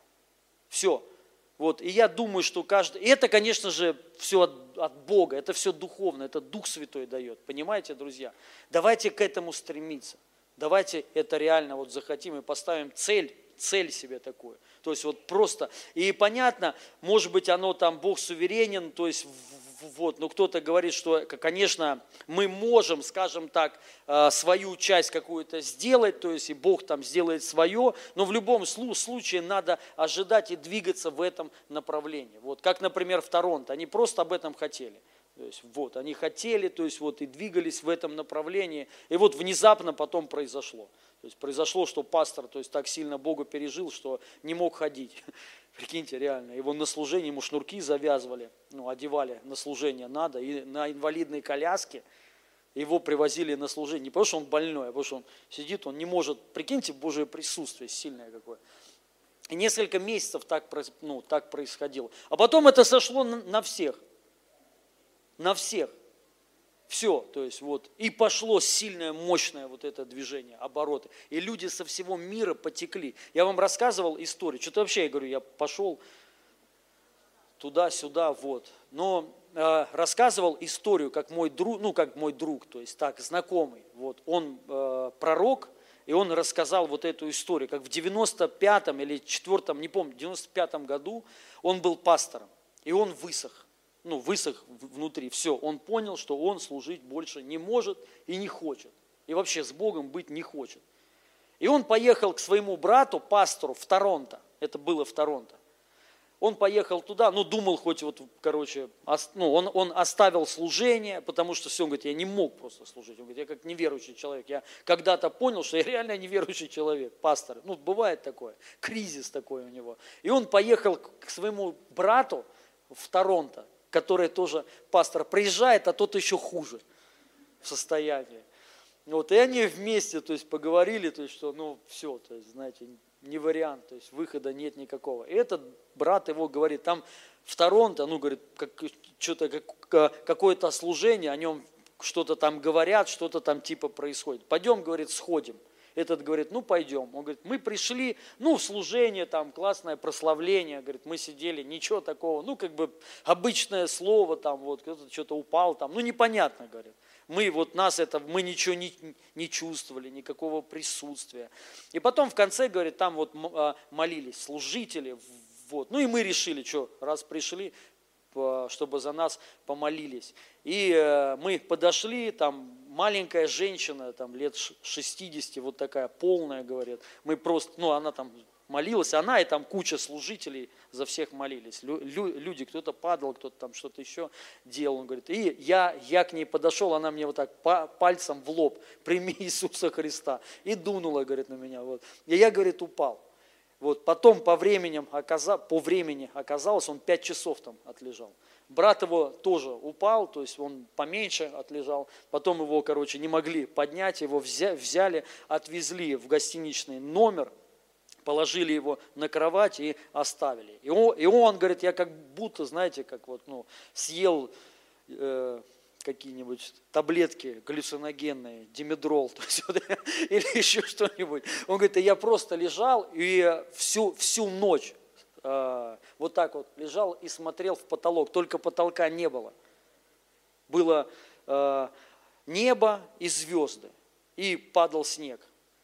Все. Вот, и я думаю, что каждый... И это, конечно же, все от, от Бога, это все духовно, это Дух Святой дает. Понимаете, друзья? Давайте к этому стремиться. Давайте это реально вот захотим и поставим цель, цель себе такую. То есть вот просто... И понятно, может быть, оно там, Бог суверенен, то есть... Вот, но кто-то говорит, что, конечно, мы можем, скажем так, свою часть какую-то сделать, то есть и Бог там сделает свое, но в любом случае надо ожидать и двигаться в этом направлении. Вот, как, например, в Торонто, они просто об этом хотели. То есть, вот, они хотели, то есть, вот, и двигались в этом направлении, и вот внезапно потом произошло. То есть произошло, что пастор, то есть, так сильно Бога пережил, что не мог ходить. Прикиньте, реально, его на служение, ему шнурки завязывали, ну, одевали на служение надо, и на инвалидной коляске его привозили на служение. Не потому, что он больной, а потому, что он сидит, он не может, прикиньте, Божие присутствие сильное какое. И несколько месяцев так, ну, так происходило. А потом это сошло на всех. На всех. Все, то есть вот, и пошло сильное, мощное вот это движение, обороты. И люди со всего мира потекли. Я вам рассказывал историю, что-то вообще, я говорю, я пошел туда-сюда, вот. Но э, рассказывал историю, как мой друг, ну, как мой друг, то есть так, знакомый, вот, он э, пророк, и он рассказал вот эту историю, как в девяносто пятом или четвёртом, не помню, в девяносто пятом году он был пастором, и он высох. ну, высох внутри. Все, он понял, что он служить больше не может и не хочет. И вообще с Богом быть не хочет. И он поехал к своему брату, пастору в Торонто. Это было в Торонто. Он поехал туда, ну, думал хоть вот, короче, ну, он, он оставил служение, потому что все, он говорит, я не мог просто служить. Он говорит, я как неверующий человек. Я когда-то понял, что я реально неверующий человек, пастор. Ну, бывает такое, кризис такой у него. И он поехал к своему брату в Торонто, который тоже пастор, приезжает, а тот еще хуже в состоянии. Вот, и они вместе, то есть, поговорили, то есть, что, ну, все, то есть, знаете, не вариант, то есть, выхода нет никакого. И этот брат его говорит, там в Торонто, ну, говорит, как, что-то, как, какое-то служение, о нем что-то там говорят, что-то там типа происходит. Пойдем, говорит, сходим. Этот говорит, ну, пойдем. Он говорит, мы пришли, ну, в служение, там, классное прославление, говорит, мы сидели, ничего такого, ну, как бы, обычное слово, там, вот, кто-то что-то упал, там, ну, непонятно, говорит. Мы, вот нас это, мы ничего не, не чувствовали, никакого присутствия. И потом в конце, говорит, там вот молились служители, вот, ну, и мы решили, что, раз пришли, чтобы за нас помолились. И мы подошли, там маленькая женщина, там лет шестидесяти, вот такая полная, говорит, мы просто, ну, она там молилась, она и там куча служителей за всех молились. Лю, люди, кто-то падал, кто-то там что-то еще делал. Он говорит, и я, я к ней подошел, она мне вот так пальцем в лоб, прими Иисуса Христа. И дунула, говорит, на меня. Вот. И я, говорит, упал. Вот. Потом по, времени, по времени оказалось, он пять часов там отлежал. Брат его тоже упал, то есть он поменьше отлежал. Потом его, короче, не могли поднять, его взяли, отвезли в гостиничный номер, положили его на кровать и оставили. И он, и он говорит, я как будто, знаете, как вот, ну, съел э, какие-нибудь таблетки галлюциногенные, димедрол, то есть, вот, или еще что-нибудь. Он говорит, я просто лежал и всю, всю ночь э, вот так вот лежал и смотрел в потолок, только потолка не было. Было э, небо и звезды, и падал снег.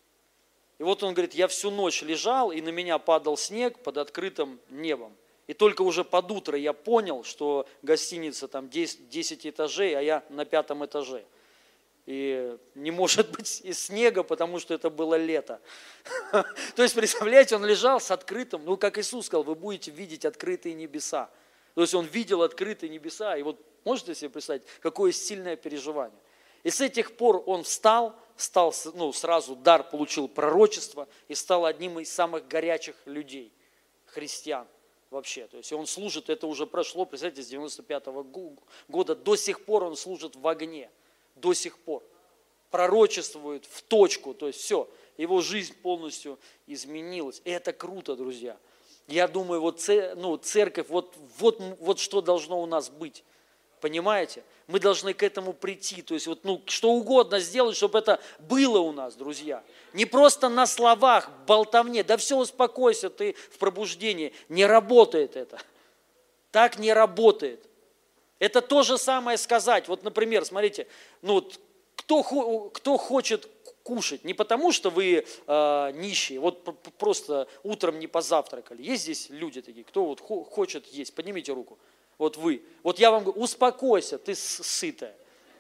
И вот он говорит, я всю ночь лежал, и на меня падал снег под открытым небом. И только уже под утро я понял, что гостиница там десять этажей, а я на пятом этаже. И не может быть из снега, потому что это было лето. То есть, представляете, он лежал с открытым, ну, как Иисус сказал, вы будете видеть открытые небеса. То есть, он видел открытые небеса, и вот можете себе представить, какое сильное переживание. И с этих пор он встал, стал, ну, сразу дар получил пророчество и стал одним из самых горячих людей, христиан вообще. То есть он служит, это уже прошло, представьте, с девяносто пятого года, до сих пор он служит в огне, до сих пор. Пророчествует в точку, то есть все, его жизнь полностью изменилась. И это круто, друзья. Я думаю, вот ну, церковь, вот, вот, вот что должно у нас быть. Понимаете? Мы должны к этому прийти, то есть вот, ну, что угодно сделать, чтобы это было у нас, друзья. Не просто на словах, болтовне, да все, успокойся, ты в пробуждении. Не работает это. Так не работает. Это то же самое сказать. Вот, например, смотрите, ну, вот, кто, кто хочет кушать, не потому что вы э, нищие, вот просто утром не позавтракали. Есть здесь люди такие, кто вот хочет есть? Поднимите руку. Вот вы. Вот я вам говорю, успокойся, ты сытая.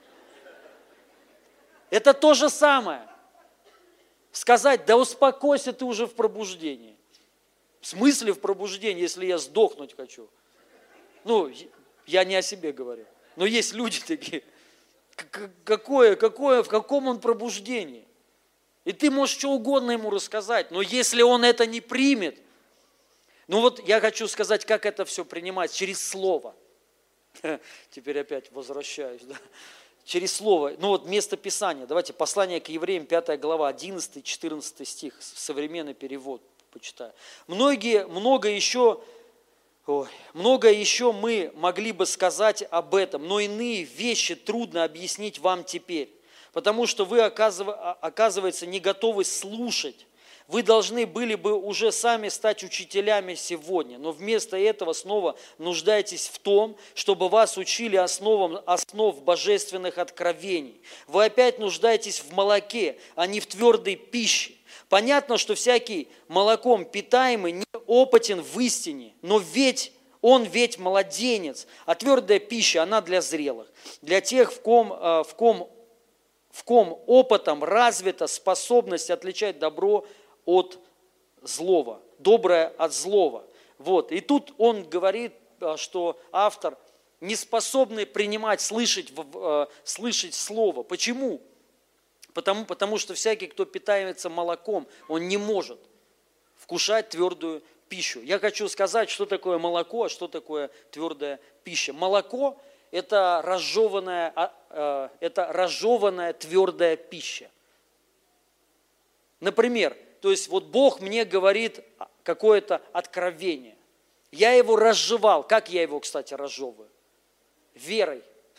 Это то же самое. Сказать, да успокойся, ты уже в пробуждении. В смысле в пробуждении, если я сдохнуть хочу? Ну, я не о себе говорю. Но есть люди такие. Какое, какое, в каком он пробуждении? И ты можешь что угодно ему рассказать, но если он это не примет, ну вот я хочу сказать, как это все принимать, через слово. Теперь опять возвращаюсь, да? Через слово. Ну вот место Писания. Давайте послание к евреям, пятая глава, одиннадцатый-четырнадцатый стих, современный перевод почитаю. Многие, много еще, ой, много еще мы могли бы сказать об этом, но иные вещи трудно объяснить вам теперь, потому что вы, оказывается, не готовы слушать. Вы должны были бы уже сами стать учителями сегодня, но вместо этого снова нуждаетесь в том, чтобы вас учили основам основ божественных откровений. Вы опять нуждаетесь в молоке, а не в твердой пище. Понятно, что всякий молоком питаемый не опытен в истине, но ведь Он ведь младенец, а твердая пища, она для зрелых, для тех, в ком, в ком, в ком опытом развита способность отличать добро от злого, доброе от злого. Вот. И тут он говорит, что автор не способный принимать, слышать, слышать слово. Почему? Потому, потому что всякий, кто питается молоком, он не может вкушать твердую пищу. Я хочу сказать, что такое молоко, а что такое твердая пища. Молоко – это разжеванная, это разжеванная твердая пища. Например, то есть вот Бог мне говорит какое-то откровение. Я его разжевал. Как я его, кстати, разжевываю? Верой.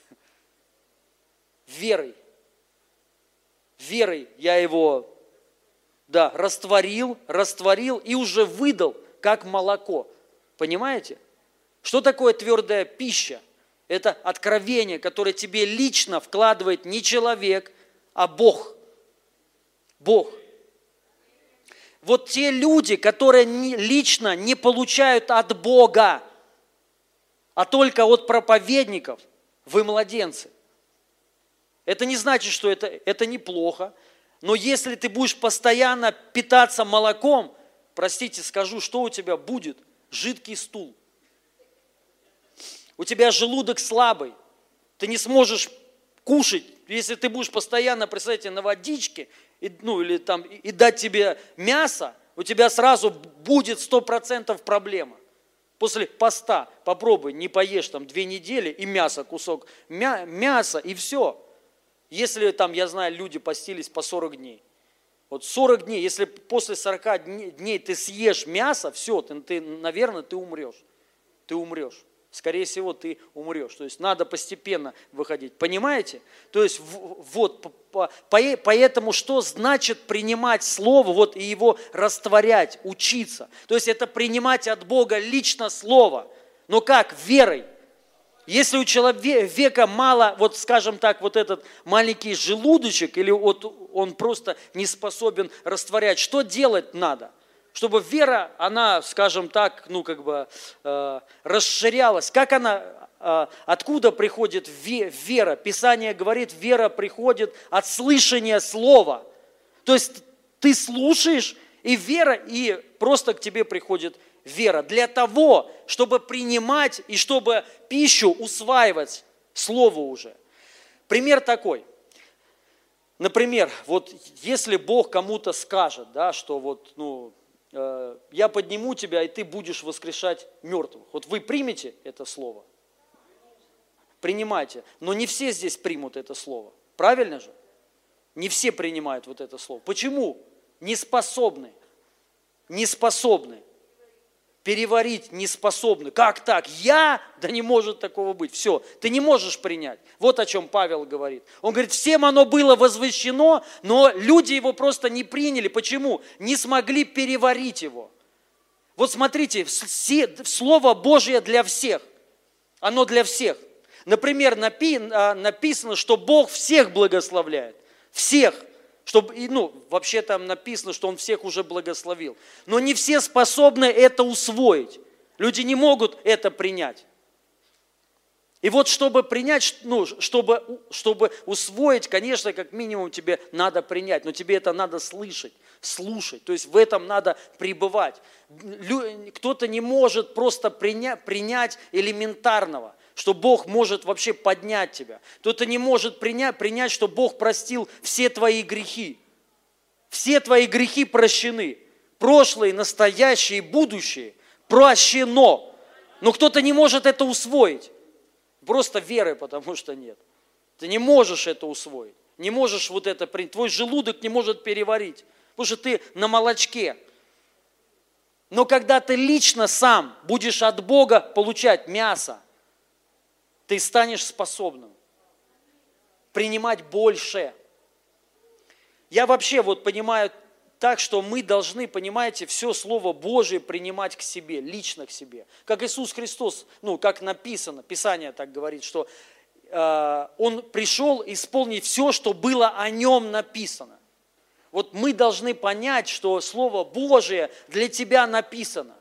Верой. Верой я его, да, растворил, растворил и уже выдал, как молоко. Понимаете? Что такое твердая пища? Это откровение, которое тебе лично вкладывает не человек, а Бог. Бог. Вот те люди, которые не, лично не получают от Бога, а только от проповедников, вы младенцы. Это не значит, что это, это неплохо, но если ты будешь постоянно питаться молоком, простите, скажу, что у тебя будет? Жидкий стул. У тебя желудок слабый, ты не сможешь кушать, если ты будешь постоянно, представьте, на водичке, и, ну, или там, и дать тебе мясо, у тебя сразу будет сто процентов проблема. После поста попробуй, не поешь там две недели, и мясо, кусок мя, мяса, и все. Если там, я знаю, люди постились по сорок дней. Вот сорок дней, если после сорока дней ты съешь мясо, все, ты, ты, наверное, ты умрешь. Ты умрешь. Скорее всего, ты умрешь. То есть надо постепенно выходить. Понимаете? То есть вот, поэтому что значит принимать Слово, вот и его растворять, учиться? То есть это принимать от Бога лично Слово. Но как? Верой. Если у человека мало, вот скажем так, вот этот маленький желудочек, или вот он просто не способен растворять, что делать надо? Чтобы вера, она, скажем так, ну как бы э, расширялась. Как она, э, откуда приходит вера? Писание говорит, вера приходит от слышания слова. То есть ты слушаешь, и вера, и просто к тебе приходит вера. Для того, чтобы принимать и чтобы пищу усваивать слово уже. Пример такой. Например, вот если Бог кому-то скажет, да, что вот, ну, я подниму тебя, и ты будешь воскрешать мертвых. Вот вы примете это слово? Принимайте. Но не все здесь примут это слово. Правильно же? Не все принимают вот это слово. Почему? Не способны. Не способны. Переварить не способны. Как так? Я? Да не может такого быть. Все, ты не можешь принять. Вот о чем Павел говорит. Он говорит, всем оно было возвещено, но люди его просто не приняли. Почему? Не смогли переварить его. Вот смотрите, Слово Божье для всех. Оно для всех. Например, написано, что Бог всех благословляет. Всех. Чтобы, ну, вообще там написано, что Он всех уже благословил. Но не все способны это усвоить. Люди не могут это принять. И вот чтобы принять, ну, чтобы, чтобы усвоить, конечно, как минимум тебе надо принять, но тебе это надо слышать, слушать. То есть в этом надо пребывать. Кто-то не может просто принять, принять элементарного, что Бог может вообще поднять тебя. Кто-то не может принять, принять, что Бог простил все твои грехи. Все твои грехи прощены. Прошлые, настоящие, будущие прощено. Но кто-то не может это усвоить. Просто веры, потому что нет. Ты не можешь это усвоить. Не можешь вот это принять. Твой желудок не может переварить. Потому что ты на молочке. Но когда ты лично сам будешь от Бога получать мясо, ты станешь способным принимать больше. Я вообще вот понимаю так, что мы должны, понимаете, все Слово Божие принимать к себе, лично к себе. Как Иисус Христос, ну, как написано, Писание так говорит, что э, Он пришел исполнить все, что было о Нем написано. Вот мы должны понять, что Слово Божие для тебя написано.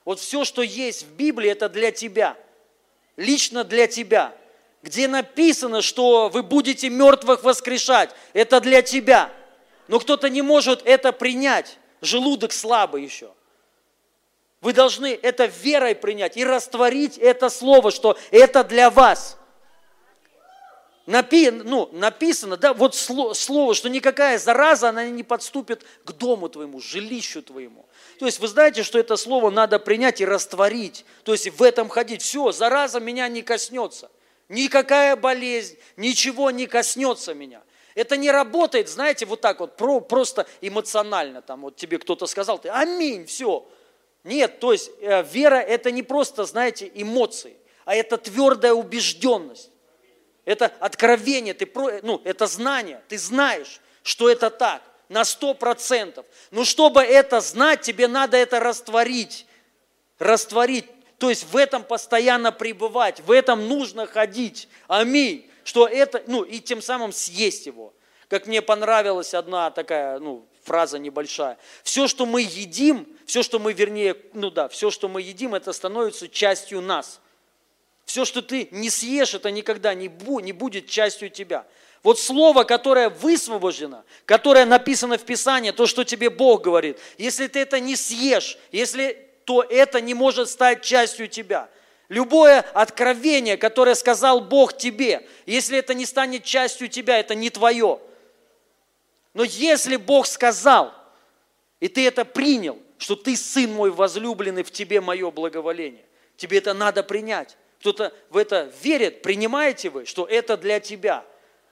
Вот все, что есть в Библии, это для тебя. Лично для тебя. Где написано, что вы будете мертвых воскрешать, это для тебя. Но кто-то не может это принять. Желудок слабый еще. Вы должны это верой принять и растворить это слово, что это для вас. Напи, ну, написано, да, вот слово, что никакая зараза, она не подступит к дому твоему, жилищу твоему. То есть вы знаете, что это слово надо принять и растворить. То есть в этом ходить. Все, зараза меня не коснется. Никакая болезнь, ничего не коснется меня. Это не работает, знаете, вот так вот, просто эмоционально. Там вот тебе кто-то сказал, ты аминь, все. Нет, то есть э, вера это не просто, знаете, эмоции, а это твердая убежденность. Это откровение, ты, ну, это знание, ты знаешь, что это так, на сто процентов. Но чтобы это знать, тебе надо это растворить, растворить. То есть в этом постоянно пребывать, в этом нужно ходить. Аминь. Что это, ну и тем самым съесть его. Как мне понравилась одна такая, ну, фраза небольшая. Все, что мы едим, все, что мы, вернее, ну да, все, что мы едим, это становится частью нас. Все, что ты не съешь, это никогда не будет частью тебя. Вот слово, которое высвобождено, которое написано в Писании, то, что тебе Бог говорит, если ты это не съешь, если, то это не может стать частью тебя. Любое откровение, которое сказал Бог тебе, если это не станет частью тебя, это не твое. Но если Бог сказал, и ты это принял, что ты сын мой возлюбленный, в тебе мое благоволение, тебе это надо принять. Кто-то в это верит, принимаете вы, что это для тебя,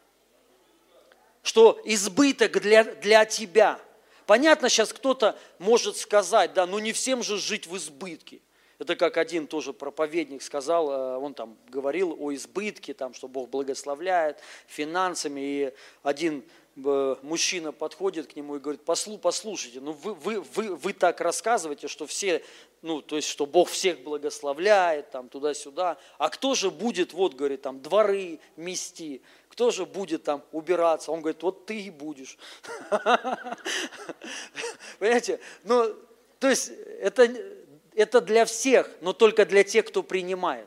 что избыток для, для тебя. Понятно, сейчас кто-то может сказать, да, ну не всем же жить в избытке. Это как один тоже проповедник сказал, он там говорил о избытке, там, что Бог благословляет финансами, и один мужчина подходит к нему и говорит, послушайте, ну вы, вы, вы, вы так рассказываете, что все, ну то есть, что Бог всех благословляет, там туда-сюда, а кто же будет, вот говорит, там дворы мести, кто же будет там убираться? Он говорит, вот ты и будешь. Понимаете, ну то есть это, это для всех, но только для тех, кто принимает.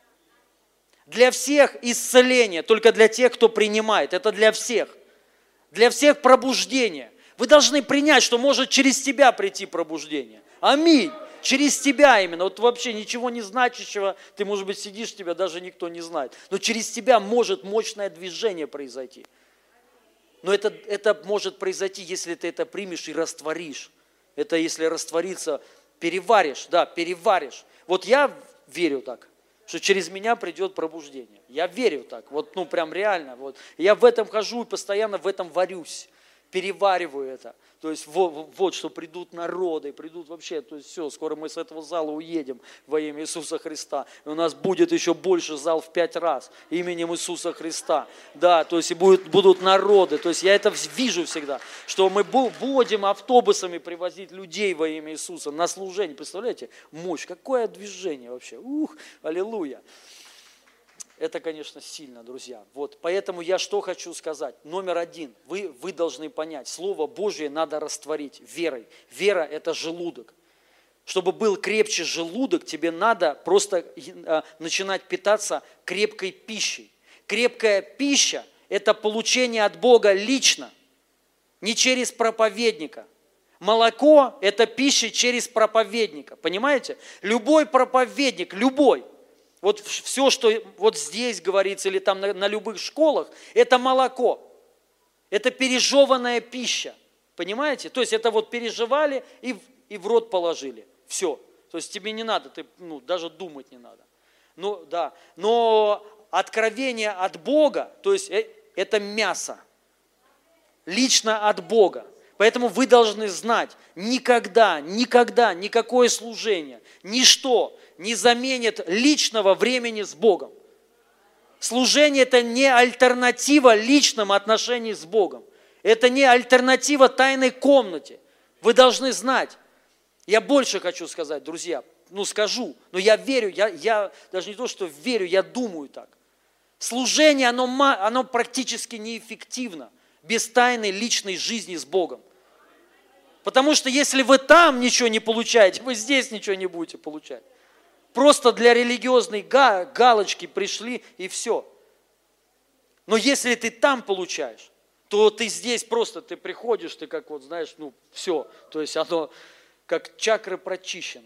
Для всех исцеление, только для тех, кто принимает, это для всех. Для всех пробуждение. Вы должны принять, что может через тебя прийти пробуждение. Аминь. Через тебя именно. Вот вообще ничего не значащего. Ты, может быть, сидишь, тебя даже никто не знает. Но через тебя может мощное движение произойти. Но это, это может произойти, если ты это примешь и растворишь. Это если раствориться, переваришь, да, переваришь. Вот я верю так, что через меня придет пробуждение. Я верю так, вот, ну, прям реально. Вот. Я в этом хожу и постоянно в этом варюсь, перевариваю это. То есть вот, вот что придут народы, придут вообще, то есть все, скоро мы с этого зала уедем во имя Иисуса Христа. И у нас будет еще больше зал в пять раз именем Иисуса Христа. Да, то есть и будет, будут народы. То есть я это вижу всегда, что мы будем автобусами привозить людей во имя Иисуса на служение. Представляете? Мощь, какое движение вообще. Ух, аллилуйя. Это, конечно, сильно, друзья. Вот, поэтому я что хочу сказать. Номер один. Вы, вы должны понять. Слово Божие надо растворить верой. Вера – это желудок. Чтобы был крепче желудок, тебе надо просто э, начинать питаться крепкой пищей. Крепкая пища – это получение от Бога лично, не через проповедника. Молоко – это пища через проповедника. Понимаете? Любой проповедник, любой, вот все, что вот здесь говорится, или там на, на любых школах, это молоко. Это пережеванная пища. Понимаете? То есть это вот пережевали и, и в рот положили. Все. То есть тебе не надо, ты, ну, даже думать не надо. Ну, да. Но откровение от Бога, то есть это мясо. Лично от Бога. Поэтому вы должны знать, никогда, никогда, никакое служение, ничто не заменит личного времени с Богом. Служение – это не альтернатива личным отношениям с Богом. Это не альтернатива тайной комнате. Вы должны знать. Я больше хочу сказать, друзья, ну скажу, но я верю, я, я даже не то, что верю, я думаю так. Служение, оно, оно практически неэффективно без тайной личной жизни с Богом. Потому что если вы там ничего не получаете, вы здесь ничего не будете получать. Просто для религиозной га- галочки пришли и все. Но если ты там получаешь, то ты здесь просто, ты приходишь, ты как вот, знаешь, ну все. То есть оно как чакры прочищены.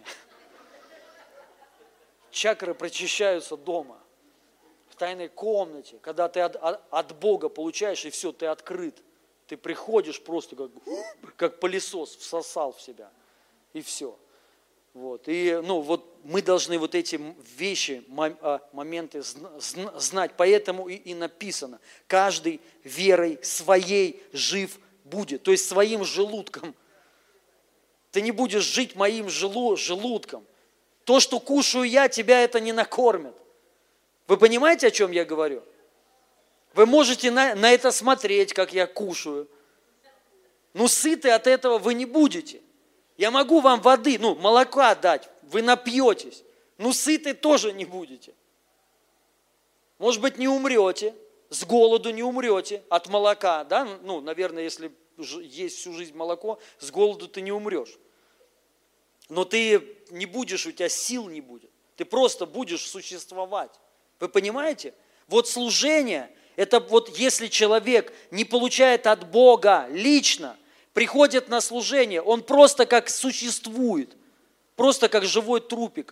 Чакры прочищаются дома, в тайной комнате, когда ты от, от, от Бога получаешь, и все, ты открыт. Ты приходишь просто как, как пылесос, всосал в себя, и все. Вот. И ну, вот мы должны вот эти вещи, моменты знать. Поэтому и, и написано, каждый верой своей жив будет, то есть своим желудком. Ты не будешь жить моим желу, желудком. То, что кушаю я, тебя это не накормит. Вы понимаете, о чем я говорю? Вы можете на, на это смотреть, как я кушаю. Но сыты от этого вы не будете. Я могу вам воды, ну, молока дать, вы напьетесь. Но сыты тоже не будете. Может быть, не умрете, с голоду не умрете от молока. Да? Ну, наверное, если есть всю жизнь молоко, с голоду ты не умрешь. Но ты не будешь, у тебя сил не будет. Ты просто будешь существовать. Вы понимаете? Вот служение, это вот если человек не получает от Бога лично, приходит на служение, он просто как существует, просто как живой трупик.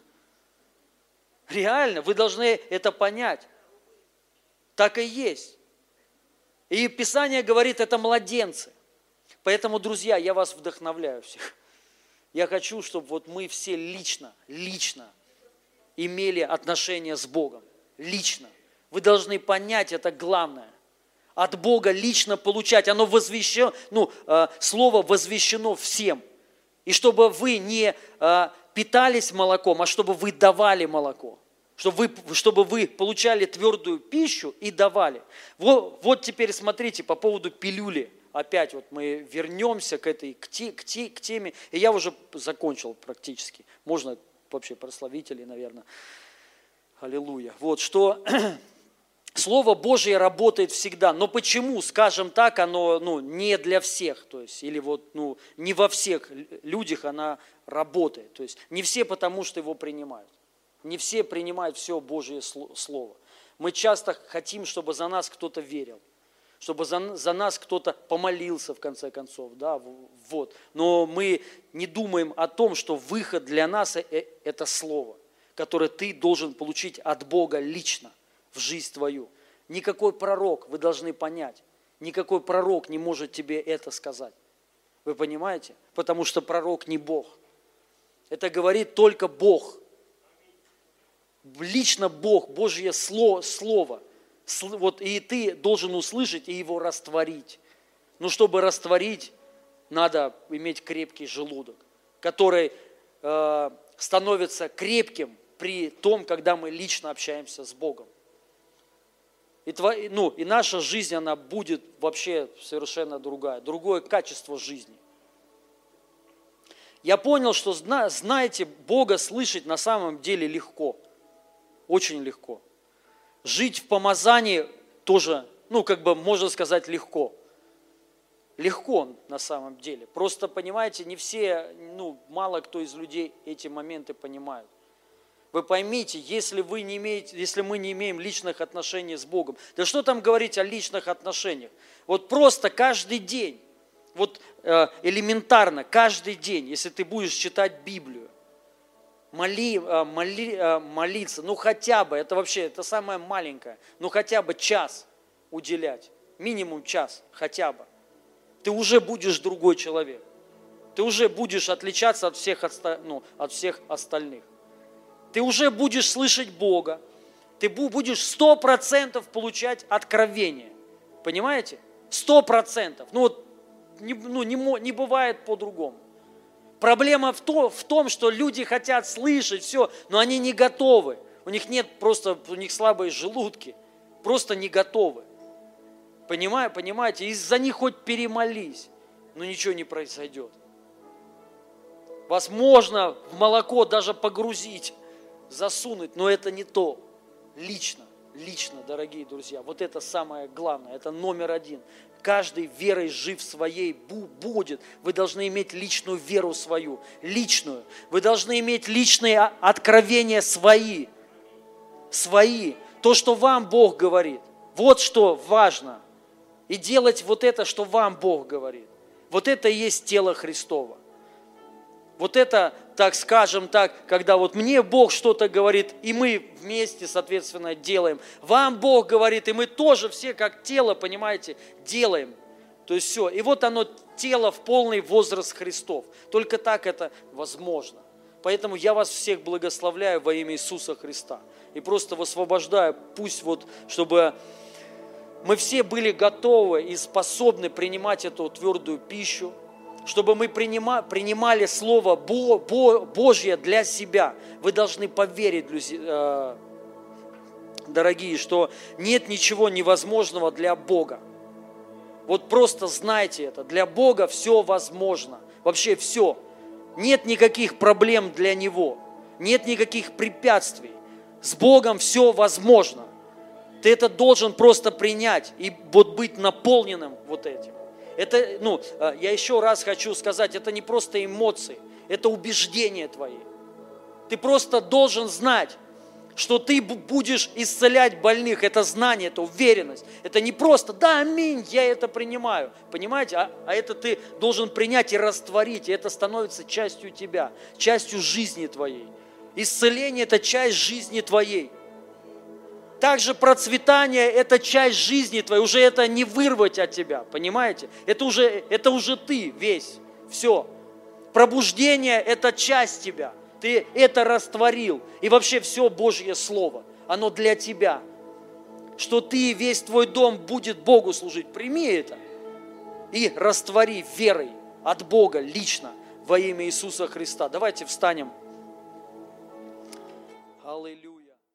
Реально, вы должны это понять. Так и есть. И Писание говорит, это младенцы. Поэтому, друзья, я вас вдохновляю всех. Я хочу, чтобы вот мы все лично, лично имели отношения с Богом. Лично. Вы должны понять, это главное. От Бога лично получать. Оно возвещено, ну, слово возвещено всем. И чтобы вы не питались молоком, а чтобы вы давали молоко. Чтобы вы, чтобы вы получали твердую пищу и давали. Вот, вот теперь смотрите по поводу пилюли. Опять вот мы вернемся к этой, к, те, к, те, к теме. И я уже закончил практически. Можно вообще прославители, наверное. Аллилуйя. Вот что Слово Божье работает всегда. Но почему, скажем так, оно ну, не для всех. То есть, или вот ну, не во всех людях оно работает. То есть не все потому, что его принимают. Не все принимают все Божье Слово. Мы часто хотим, чтобы за нас кто-то верил. Чтобы за, за нас кто-то помолился, в конце концов. Да, вот. Но мы не думаем о том, что выход для нас – это Слово, которое ты должен получить от Бога лично в жизнь твою. Никакой пророк, вы должны понять, никакой пророк не может тебе это сказать. Вы понимаете? Потому что пророк не Бог. Это говорит только Бог. Лично Бог, Божье Слово. Вот, и ты должен услышать и его растворить. Но чтобы растворить, надо иметь крепкий желудок, который э, становится крепким при том, когда мы лично общаемся с Богом. И, тво, ну, и наша жизнь, она будет вообще совершенно другая, другое качество жизни. Я понял, что, знаете, Бога слышать на самом деле легко, очень легко. Жить в помазании тоже, ну, как бы, можно сказать, легко. Легко на самом деле. Просто, понимаете, не все, ну, мало кто из людей эти моменты понимают. Вы поймите, если, вы не имеете, если мы не имеем личных отношений с Богом, да что там говорить о личных отношениях? Вот просто каждый день, вот э, элементарно, каждый день, если ты будешь читать Библию, Моли, моли, молиться, ну хотя бы, это вообще, это самое маленькое, ну хотя бы час уделять, минимум час, хотя бы. Ты уже будешь другой человек. Ты уже будешь отличаться от всех, ну, от всех остальных. Ты уже будешь слышать Бога. Ты будешь сто процентов получать откровение. Понимаете? Сто процентов. Ну вот, не, ну, не, не бывает по-другому. Проблема в, то, в том, что люди хотят слышать все, но они не готовы. У них нет просто, у них слабые желудки, просто не готовы. Понимаю, понимаете? Из-за них хоть перемолись, но ничего не произойдет. Вас можно в молоко даже погрузить, засунуть, но это не то. Лично. лично, дорогие друзья. Вот это самое главное, это номер один. Каждый верой жив своей будет. Вы должны иметь личную веру свою, личную. Вы должны иметь личные откровения свои, свои. То, что вам Бог говорит. Вот что важно. И делать вот это, что вам Бог говорит. Вот это и есть тело Христово. Вот это, так скажем так, когда вот мне Бог что-то говорит, и мы вместе, соответственно, делаем. Вам Бог говорит, и мы тоже все как тело, понимаете, делаем. То есть все. И вот оно, тело в полный возраст Христов. Только так это возможно. Поэтому я вас всех благословляю во имя Иисуса Христа. И просто высвобождаю, пусть вот, чтобы мы все были готовы и способны принимать эту твердую пищу, чтобы мы принимали Слово Божье для себя. Вы должны поверить, дорогие, что нет ничего невозможного для Бога. Вот просто знайте это. Для Бога все возможно. Вообще все. Нет никаких проблем для Него. Нет никаких препятствий. С Богом все возможно. Ты это должен просто принять и вот быть наполненным вот этим. Это, ну, я еще раз хочу сказать, это не просто эмоции, это убеждения твои. Ты просто должен знать, что ты будешь исцелять больных. Это знание, это уверенность. Это не просто, да, аминь, я это принимаю. Понимаете? А, а это ты должен принять и растворить. И это становится частью тебя, частью жизни твоей. Исцеление – это часть жизни твоей. Также процветание – это часть жизни твоей, уже это не вырвать от тебя, понимаете? Это уже, это уже ты весь, все. Пробуждение – это часть тебя, ты это растворил. И вообще все Божье Слово, оно для тебя. Что ты, весь твой дом будет Богу служить, прими это и раствори верой от Бога лично во имя Иисуса Христа. Давайте встанем. Аллилуйя.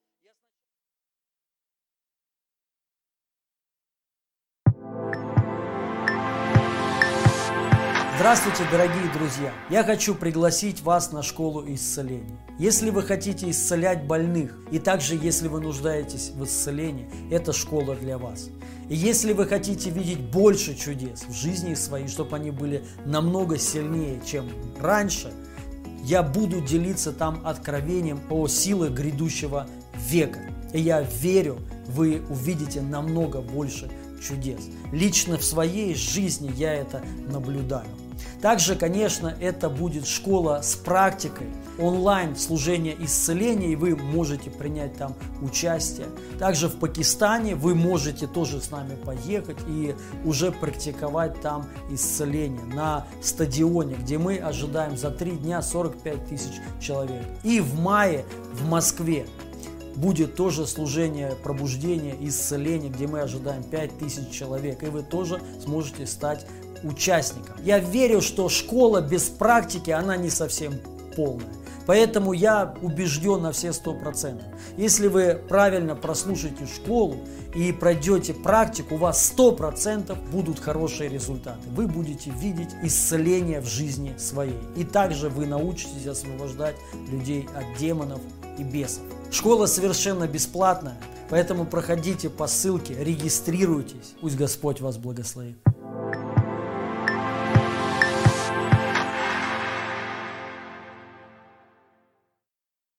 Здравствуйте, дорогие друзья! Я хочу пригласить вас на школу исцеления. Если вы хотите исцелять больных, и также если вы нуждаетесь в исцелении, это школа для вас. И если вы хотите видеть больше чудес в жизни своей, чтобы они были намного сильнее, чем раньше, я буду делиться там откровением о силах грядущего века. И я верю, вы увидите намного больше чудес. Лично в своей жизни я это наблюдаю. Также, конечно, это будет школа с практикой, онлайн служение исцеления, и вы можете принять там участие. Также в Пакистане вы можете тоже с нами поехать и уже практиковать там исцеление на стадионе, где мы ожидаем за три дня сорок пять тысяч человек. И в мае в Москве будет тоже служение пробуждения, исцеления, где мы ожидаем пять тысяч человек, и вы тоже сможете стать участником. Я верю, что школа без практики, она не совсем полная. Поэтому я убежден на все сто процентов. Если вы правильно прослушаете школу и пройдете практику, у вас сто процентов будут хорошие результаты. Вы будете видеть исцеление в жизни своей. И также вы научитесь освобождать людей от демонов и бесов. Школа совершенно бесплатная, поэтому проходите по ссылке, регистрируйтесь. Пусть Господь вас благословит.